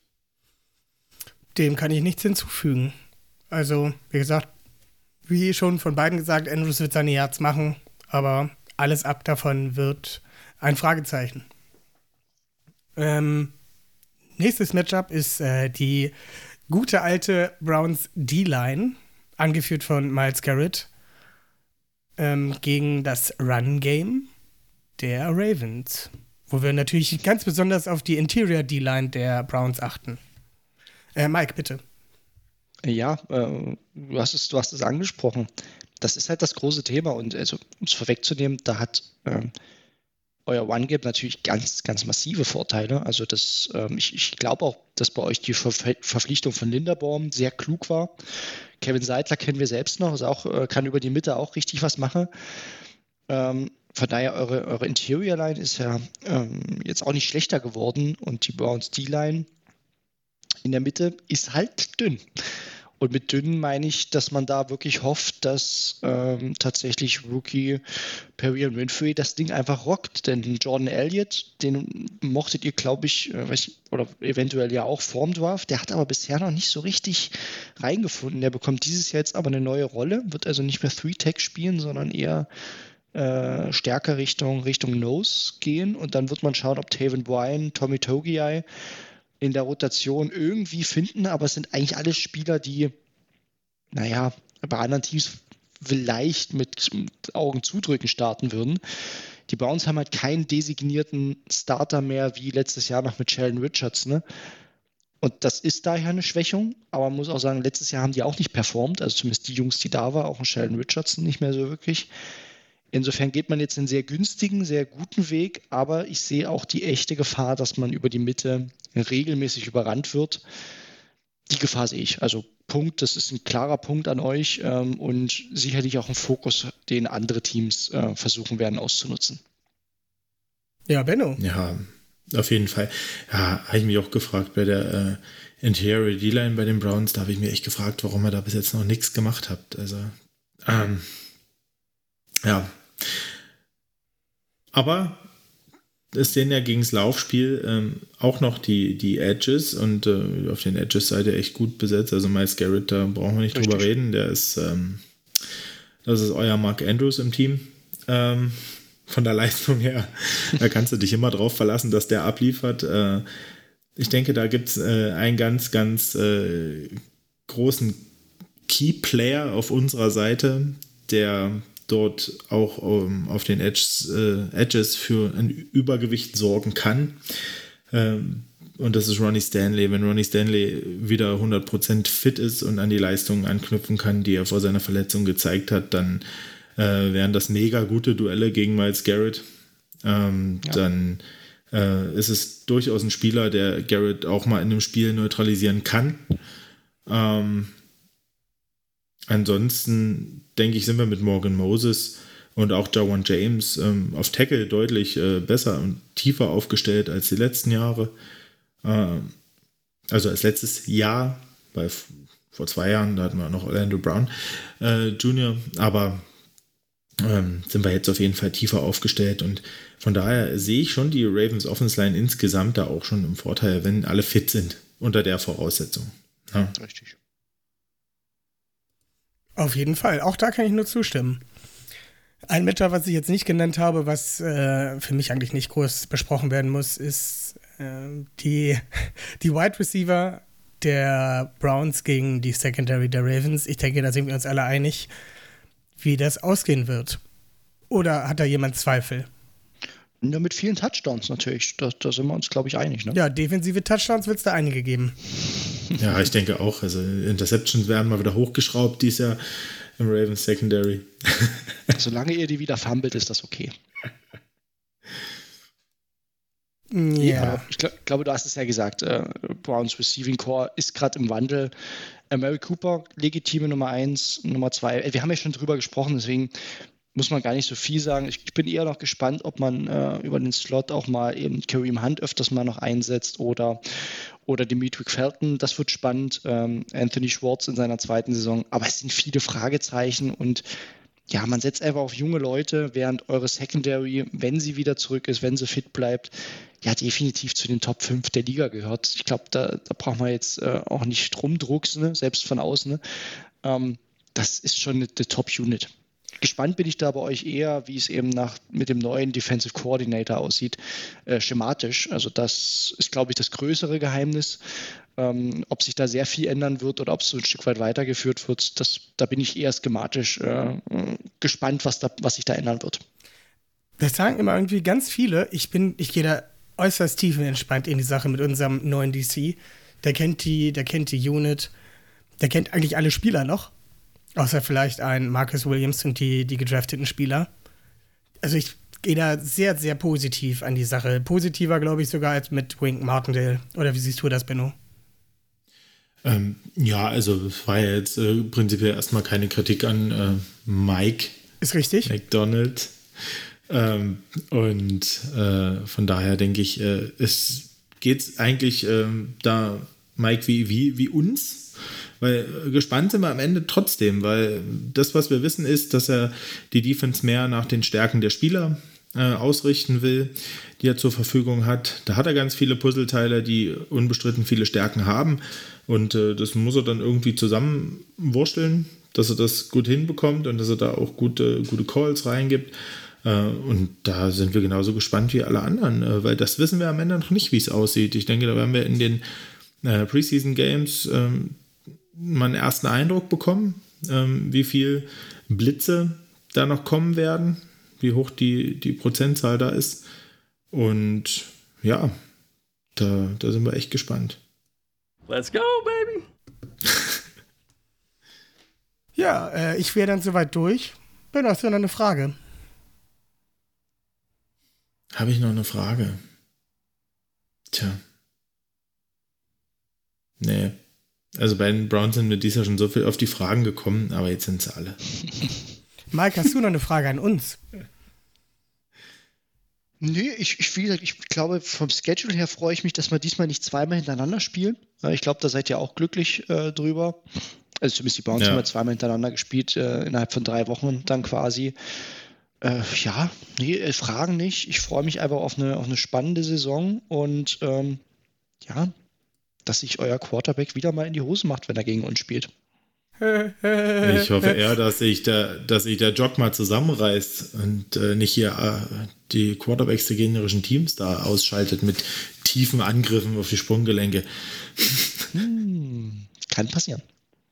[SPEAKER 3] Dem kann ich nichts hinzufügen. Also, wie gesagt, wie schon von beiden gesagt, Andrews wird seine Yards machen, aber alles ab davon wird ein Fragezeichen. Ähm, nächstes Matchup ist äh, die gute alte Browns D-Line, angeführt von Myles Garrett, ähm, gegen das Run-Game der Ravens, wo wir natürlich ganz besonders auf die Interior D-Line der Browns achten. Äh, Mike, bitte.
[SPEAKER 5] Ja, äh, du hast es, du hast es angesprochen. Das ist halt das große Thema und also, um es vorwegzunehmen, da hat ähm, euer One-Game natürlich ganz, ganz massive Vorteile. Also das, ähm, ich, ich glaube auch, dass bei euch die Ver- Verpflichtung von Linderbaum sehr klug war. Kevin Seidler kennen wir selbst noch, also auch, äh, kann über die Mitte auch richtig was machen. Ähm, von daher, eure, eure Interior-Line ist ja ähm, jetzt auch nicht schlechter geworden und die Browns D-Line in der Mitte ist halt dünn. Und mit dünn meine ich, dass man da wirklich hofft, dass ähm, tatsächlich Rookie Perrion Winfrey das Ding einfach rockt. Denn Jordan Elliott, den mochtet ihr, glaube ich, äh, weiß, oder eventuell ja auch vorm Draft, der hat aber bisher noch nicht so richtig reingefunden. Der bekommt dieses Jahr jetzt aber eine neue Rolle, wird also nicht mehr Three-Tech spielen, sondern eher äh, stärker Richtung, Richtung Nose gehen. Und dann wird man schauen, ob Taven Bryan, Tommy Togiai in der Rotation irgendwie finden, aber es sind eigentlich alle Spieler, die, naja, bei anderen Teams vielleicht mit Augen zudrücken starten würden. Die Browns haben halt keinen designierten Starter mehr, wie letztes Jahr noch mit Sheldon Richards, ne? Und das ist daher eine Schwächung, aber man muss auch sagen, letztes Jahr haben die auch nicht performt, also zumindest die Jungs, die da waren, auch ein Sheldon Richardson nicht mehr so wirklich. Insofern geht man jetzt einen sehr günstigen, sehr guten Weg, aber ich sehe auch die echte Gefahr, dass man über die Mitte regelmäßig überrannt wird. Die Gefahr sehe ich. Also Punkt, das ist ein klarer Punkt an euch ähm, und sicherlich auch ein Fokus, den andere Teams äh, versuchen werden auszunutzen.
[SPEAKER 3] Ja, Benno.
[SPEAKER 4] Ja, auf jeden Fall. Ja, habe ich mich auch gefragt bei der äh, Interior D-Line bei den Browns, da habe ich mich echt gefragt, warum ihr da bis jetzt noch nichts gemacht habt. Also, ähm, ja. Aber es sehen ja gegen das Laufspiel ähm, auch noch die, die Edges und äh, auf den Edges seid ihr echt gut besetzt. Also Myles Garrett, da brauchen wir nicht Richtig. drüber reden. Der ist, ähm, das ist euer Mark Andrews im Team. Ähm, von der Leistung her, da kannst du dich immer drauf verlassen, dass der abliefert. Äh, ich denke, da gibt es äh, ein ganz, ganz äh, großen Key-Player auf unserer Seite, der dort auch um, auf den Edges, äh, Edges für ein Übergewicht sorgen kann. Ähm, und das ist Ronnie Stanley. Wenn Ronnie Stanley wieder hundert Prozent fit ist und an die Leistungen anknüpfen kann, die er vor seiner Verletzung gezeigt hat, dann äh, wären das mega gute Duelle gegen Myles Garrett. Ähm, ja. Dann äh, ist es durchaus ein Spieler, der Garrett auch mal in einem Spiel neutralisieren kann. Ähm, ansonsten denke ich, sind wir mit Morgan Moses und auch Jawan James ähm, auf Tackle deutlich äh, besser und tiefer aufgestellt als die letzten Jahre. Ähm, also als letztes Jahr, weil f- vor zwei Jahren, da hatten wir noch Orlando Brown äh, Junior, aber ähm, sind wir jetzt auf jeden Fall tiefer aufgestellt und von daher sehe ich schon die Ravens Offense Line insgesamt da auch schon im Vorteil, wenn alle fit sind, unter der Voraussetzung. Ja.
[SPEAKER 5] Richtig.
[SPEAKER 3] Auf jeden Fall. Auch da kann ich nur zustimmen. Ein Matchup, was ich jetzt nicht genannt habe, was äh, für mich eigentlich nicht groß besprochen werden muss, ist äh, die, die Wide Receiver der Browns gegen die Secondary der Ravens. Ich denke, da sind wir uns alle einig, wie das ausgehen wird. Oder hat da jemand Zweifel?
[SPEAKER 5] Ja, mit vielen Touchdowns natürlich. Da, da sind wir uns, glaube ich, einig. Ne?
[SPEAKER 3] Ja, defensive Touchdowns wird es da einige geben.
[SPEAKER 4] Ja, ich denke auch. Also Interceptions werden mal wieder hochgeschraubt dieses Jahr im Ravens Secondary.
[SPEAKER 5] Solange ihr die wieder fummelt, ist das okay.
[SPEAKER 3] Ja.
[SPEAKER 5] Ich glaub, glaube, du hast es ja gesagt. Äh, Browns Receiving Core ist gerade im Wandel. Äh, Mary Cooper, legitime Nummer eins, Nummer zwei. Äh, wir haben ja schon drüber gesprochen, deswegen muss man gar nicht so viel sagen. Ich, ich bin eher noch gespannt, ob man äh, über den Slot auch mal eben Kareem Hunt öfters mal noch einsetzt oder, oder Demetric Felton. Das wird spannend. Ähm, Anthony Schwartz in seiner zweiten Saison. Aber es sind viele Fragezeichen und ja, man setzt einfach auf junge Leute, während eure Secondary, wenn sie wieder zurück ist, wenn sie fit bleibt, ja, definitiv zu den Top fünf der Liga gehört. Ich glaube, da, da braucht man jetzt äh, auch nicht rumdrucksen, ne? Selbst von außen. Ne? Ähm, das ist schon eine, eine Top-Unit. Gespannt bin ich da bei euch eher, wie es eben nach, mit dem neuen Defensive Coordinator aussieht, äh, schematisch. Also das ist, glaube ich, das größere Geheimnis. Ähm, ob sich da sehr viel ändern wird oder ob es so ein Stück weit weitergeführt wird, das, da bin ich eher schematisch äh, gespannt, was, da, was sich da ändern wird.
[SPEAKER 3] Das sagen immer irgendwie ganz viele. Ich bin, ich gehe da äußerst tiefenentspannt in die Sache mit unserem neuen D C. Der kennt die, der kennt die Unit, der kennt eigentlich alle Spieler noch. Außer vielleicht ein Marcus Williams und die, die gedrafteten Spieler. Also ich gehe da sehr, sehr positiv an die Sache. Positiver, glaube ich, sogar als mit Wink Martindale. Oder wie siehst du das, Benno?
[SPEAKER 4] Ähm, ja, also es war ja jetzt äh, prinzipiell erstmal keine Kritik an äh, Mike.
[SPEAKER 3] Ist richtig.
[SPEAKER 4] McDonald. Ähm, und äh, von daher denke ich, äh, es geht eigentlich äh, da Mike wie, wie, wie uns. Weil äh, gespannt sind wir am Ende trotzdem, weil das, was wir wissen, ist, dass er die Defense mehr nach den Stärken der Spieler äh, ausrichten will, die er zur Verfügung hat. Da hat er ganz viele Puzzleteile, die unbestritten viele Stärken haben. Und äh, das muss er dann irgendwie zusammenwursteln, dass er das gut hinbekommt und dass er da auch gute, gute Calls reingibt. Äh, und da sind wir genauso gespannt wie alle anderen, äh, weil das wissen wir am Ende noch nicht, wie es aussieht. Ich denke, da werden wir in den äh, Preseason Games äh, mal einen ersten Eindruck bekommen, ähm, wie viel Blitze da noch kommen werden, wie hoch die, die Prozentzahl da ist. Und ja, da, da sind wir echt gespannt.
[SPEAKER 6] Let's go, baby!
[SPEAKER 3] Ja, äh, ich wäre dann soweit durch. Benno, hast du noch eine Frage?
[SPEAKER 4] Habe ich noch eine Frage? Tja. Nee. Also bei den Browns sind wir dieses Jahr schon so viel auf die Fragen gekommen, aber jetzt sind sie alle.
[SPEAKER 3] Mike, hast du noch eine Frage an uns?
[SPEAKER 5] Nee, ich, ich, wie gesagt, ich glaube, vom Schedule her freue ich mich, dass wir diesmal nicht zweimal hintereinander spielen. Ich glaube, da seid ihr auch glücklich äh, drüber. Also zumindest die Browns
[SPEAKER 4] Ja.
[SPEAKER 5] haben wir zweimal hintereinander gespielt, äh, innerhalb von drei Wochen dann quasi. Äh, ja, nee, äh, Fragen nicht. Ich freue mich einfach auf eine, auf eine spannende Saison und ähm, ja, dass sich euer Quarterback wieder mal in die Hose macht, wenn er gegen uns spielt.
[SPEAKER 4] Ich hoffe eher, dass sich der, dass sich der Jog mal zusammenreißt und äh, nicht hier äh, die Quarterbacks der gegnerischen Teams da ausschaltet mit tiefen Angriffen auf die Sprunggelenke.
[SPEAKER 5] Hm, kann passieren.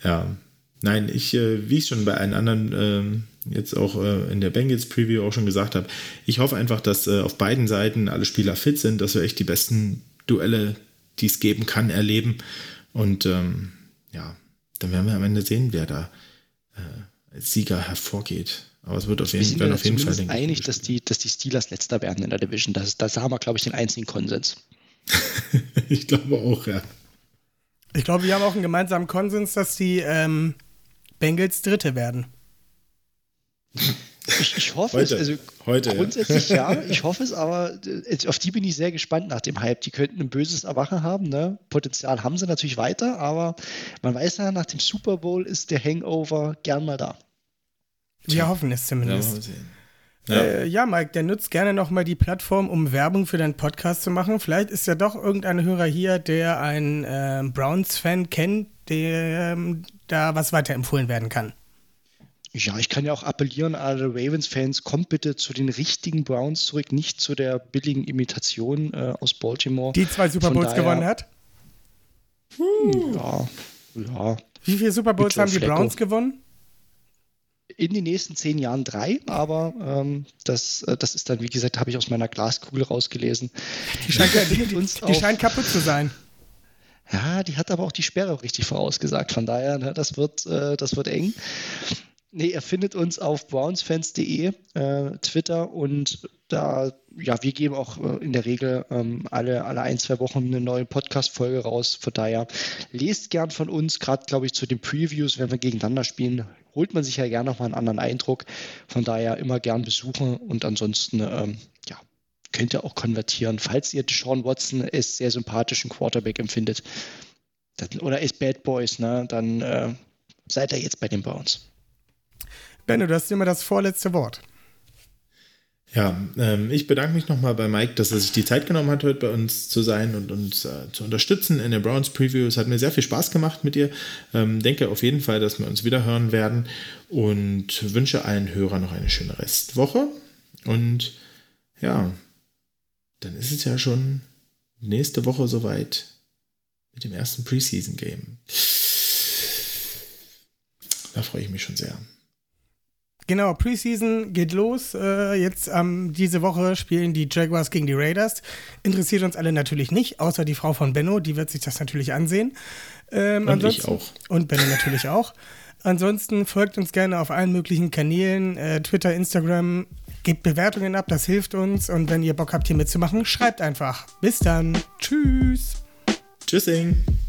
[SPEAKER 4] ja, nein, ich, äh, wie ich schon bei allen anderen ähm, jetzt auch äh, in der Bengals Preview auch schon gesagt habe, ich hoffe einfach, dass äh, auf beiden Seiten alle Spieler fit sind, dass wir echt die besten Duelle, die es geben kann, erleben. Und ähm, ja, dann werden wir am Ende sehen, wer da äh, als Sieger hervorgeht. Aber es wird auf jeden,
[SPEAKER 5] wir sind
[SPEAKER 4] werden
[SPEAKER 5] ja
[SPEAKER 4] auf jeden Fall
[SPEAKER 5] zumindest einig, dass die, dass die Steelers Letzter werden in der Division. Das, das haben wir, glaube ich, den einzigen Konsens.
[SPEAKER 4] Ich glaube auch, ja.
[SPEAKER 3] Ich glaube, wir haben auch einen gemeinsamen Konsens, dass die ähm, Bengals Dritte werden.
[SPEAKER 5] Ich, ich hoffe
[SPEAKER 4] heute,
[SPEAKER 5] es, also
[SPEAKER 4] heute,
[SPEAKER 5] grundsätzlich
[SPEAKER 4] ja.
[SPEAKER 5] ja, ich hoffe es, aber auf die bin ich sehr gespannt nach dem Hype. Die könnten ein böses Erwachen haben, ne? Potenzial haben sie natürlich weiter, aber man weiß ja, nach dem Super Bowl ist der Hangover gern mal da.
[SPEAKER 3] Wir
[SPEAKER 4] Tja.
[SPEAKER 3] hoffen es zumindest.
[SPEAKER 4] Ja,
[SPEAKER 3] ja. Äh, ja, Mike, der nutzt gerne nochmal die Plattform, um Werbung für deinen Podcast zu machen. Vielleicht ist ja doch irgendein Hörer hier, der einen äh, Browns-Fan kennt, der ähm, da was weiterempfohlen werden kann.
[SPEAKER 5] Ja, ich kann ja auch appellieren an alle Ravens-Fans, kommt bitte zu den richtigen Browns zurück, nicht zu der billigen Imitation äh, aus Baltimore.
[SPEAKER 3] Die zwei Super Bowls
[SPEAKER 5] daher,
[SPEAKER 3] gewonnen hat?
[SPEAKER 5] Ja, ja.
[SPEAKER 3] Wie viele Super Bowls
[SPEAKER 5] Joe
[SPEAKER 3] haben die
[SPEAKER 5] Flacco.
[SPEAKER 3] Browns gewonnen?
[SPEAKER 5] In den nächsten zehn Jahren drei, aber ähm, das, äh, das ist dann, wie gesagt, habe ich aus meiner Glaskugel rausgelesen.
[SPEAKER 3] Die scheint,
[SPEAKER 5] Die
[SPEAKER 3] die, die,
[SPEAKER 5] uns
[SPEAKER 3] die
[SPEAKER 5] auf-
[SPEAKER 3] scheint kaputt zu sein.
[SPEAKER 5] Ja, die hat aber auch die Sperre richtig vorausgesagt. Von daher, ne, das wird, äh, das wird eng. Nee, ihr findet uns auf brownsfans punkt de, äh, Twitter, und da, ja, wir geben auch äh, in der Regel ähm, alle, alle ein, zwei Wochen eine neue Podcast-Folge raus. Von daher, lest gern von uns, gerade, glaube ich, zu den Previews, wenn wir gegeneinander spielen, holt man sich ja gerne nochmal einen anderen Eindruck. Von daher immer gern besuchen, und ansonsten, ähm, ja, könnt ihr auch konvertieren, falls ihr Deshaun Watson als sehr sympathischen Quarterback empfindet, dann, oder als Bad Boys, ne, dann äh, seid ihr jetzt bei den Browns.
[SPEAKER 3] Benno, du hast immer das vorletzte Wort.
[SPEAKER 4] Ja, ähm, ich bedanke mich nochmal bei Mike, dass er sich die Zeit genommen hat, heute bei uns zu sein und uns äh, zu unterstützen in der Browns Preview. Es hat mir sehr viel Spaß gemacht mit dir. Ähm, denke auf jeden Fall, dass wir uns wieder hören werden, und wünsche allen Hörern noch eine schöne Restwoche. Und ja, dann ist es ja schon nächste Woche soweit mit dem ersten Preseason-Game. Da freue ich mich schon sehr.
[SPEAKER 3] Genau, Preseason geht los. Äh, jetzt ähm, diese Woche spielen die Jaguars gegen die Raiders. Interessiert uns alle natürlich nicht, außer die Frau von Benno, die wird sich das natürlich ansehen. Ähm,
[SPEAKER 4] Und ich auch.
[SPEAKER 3] Und Benno natürlich auch. Ansonsten folgt uns gerne auf allen möglichen Kanälen, äh, Twitter, Instagram, gebt Bewertungen ab, das hilft uns. Und wenn ihr Bock habt, hier mitzumachen, schreibt einfach. Bis dann. Tschüss.
[SPEAKER 4] Tschüssing.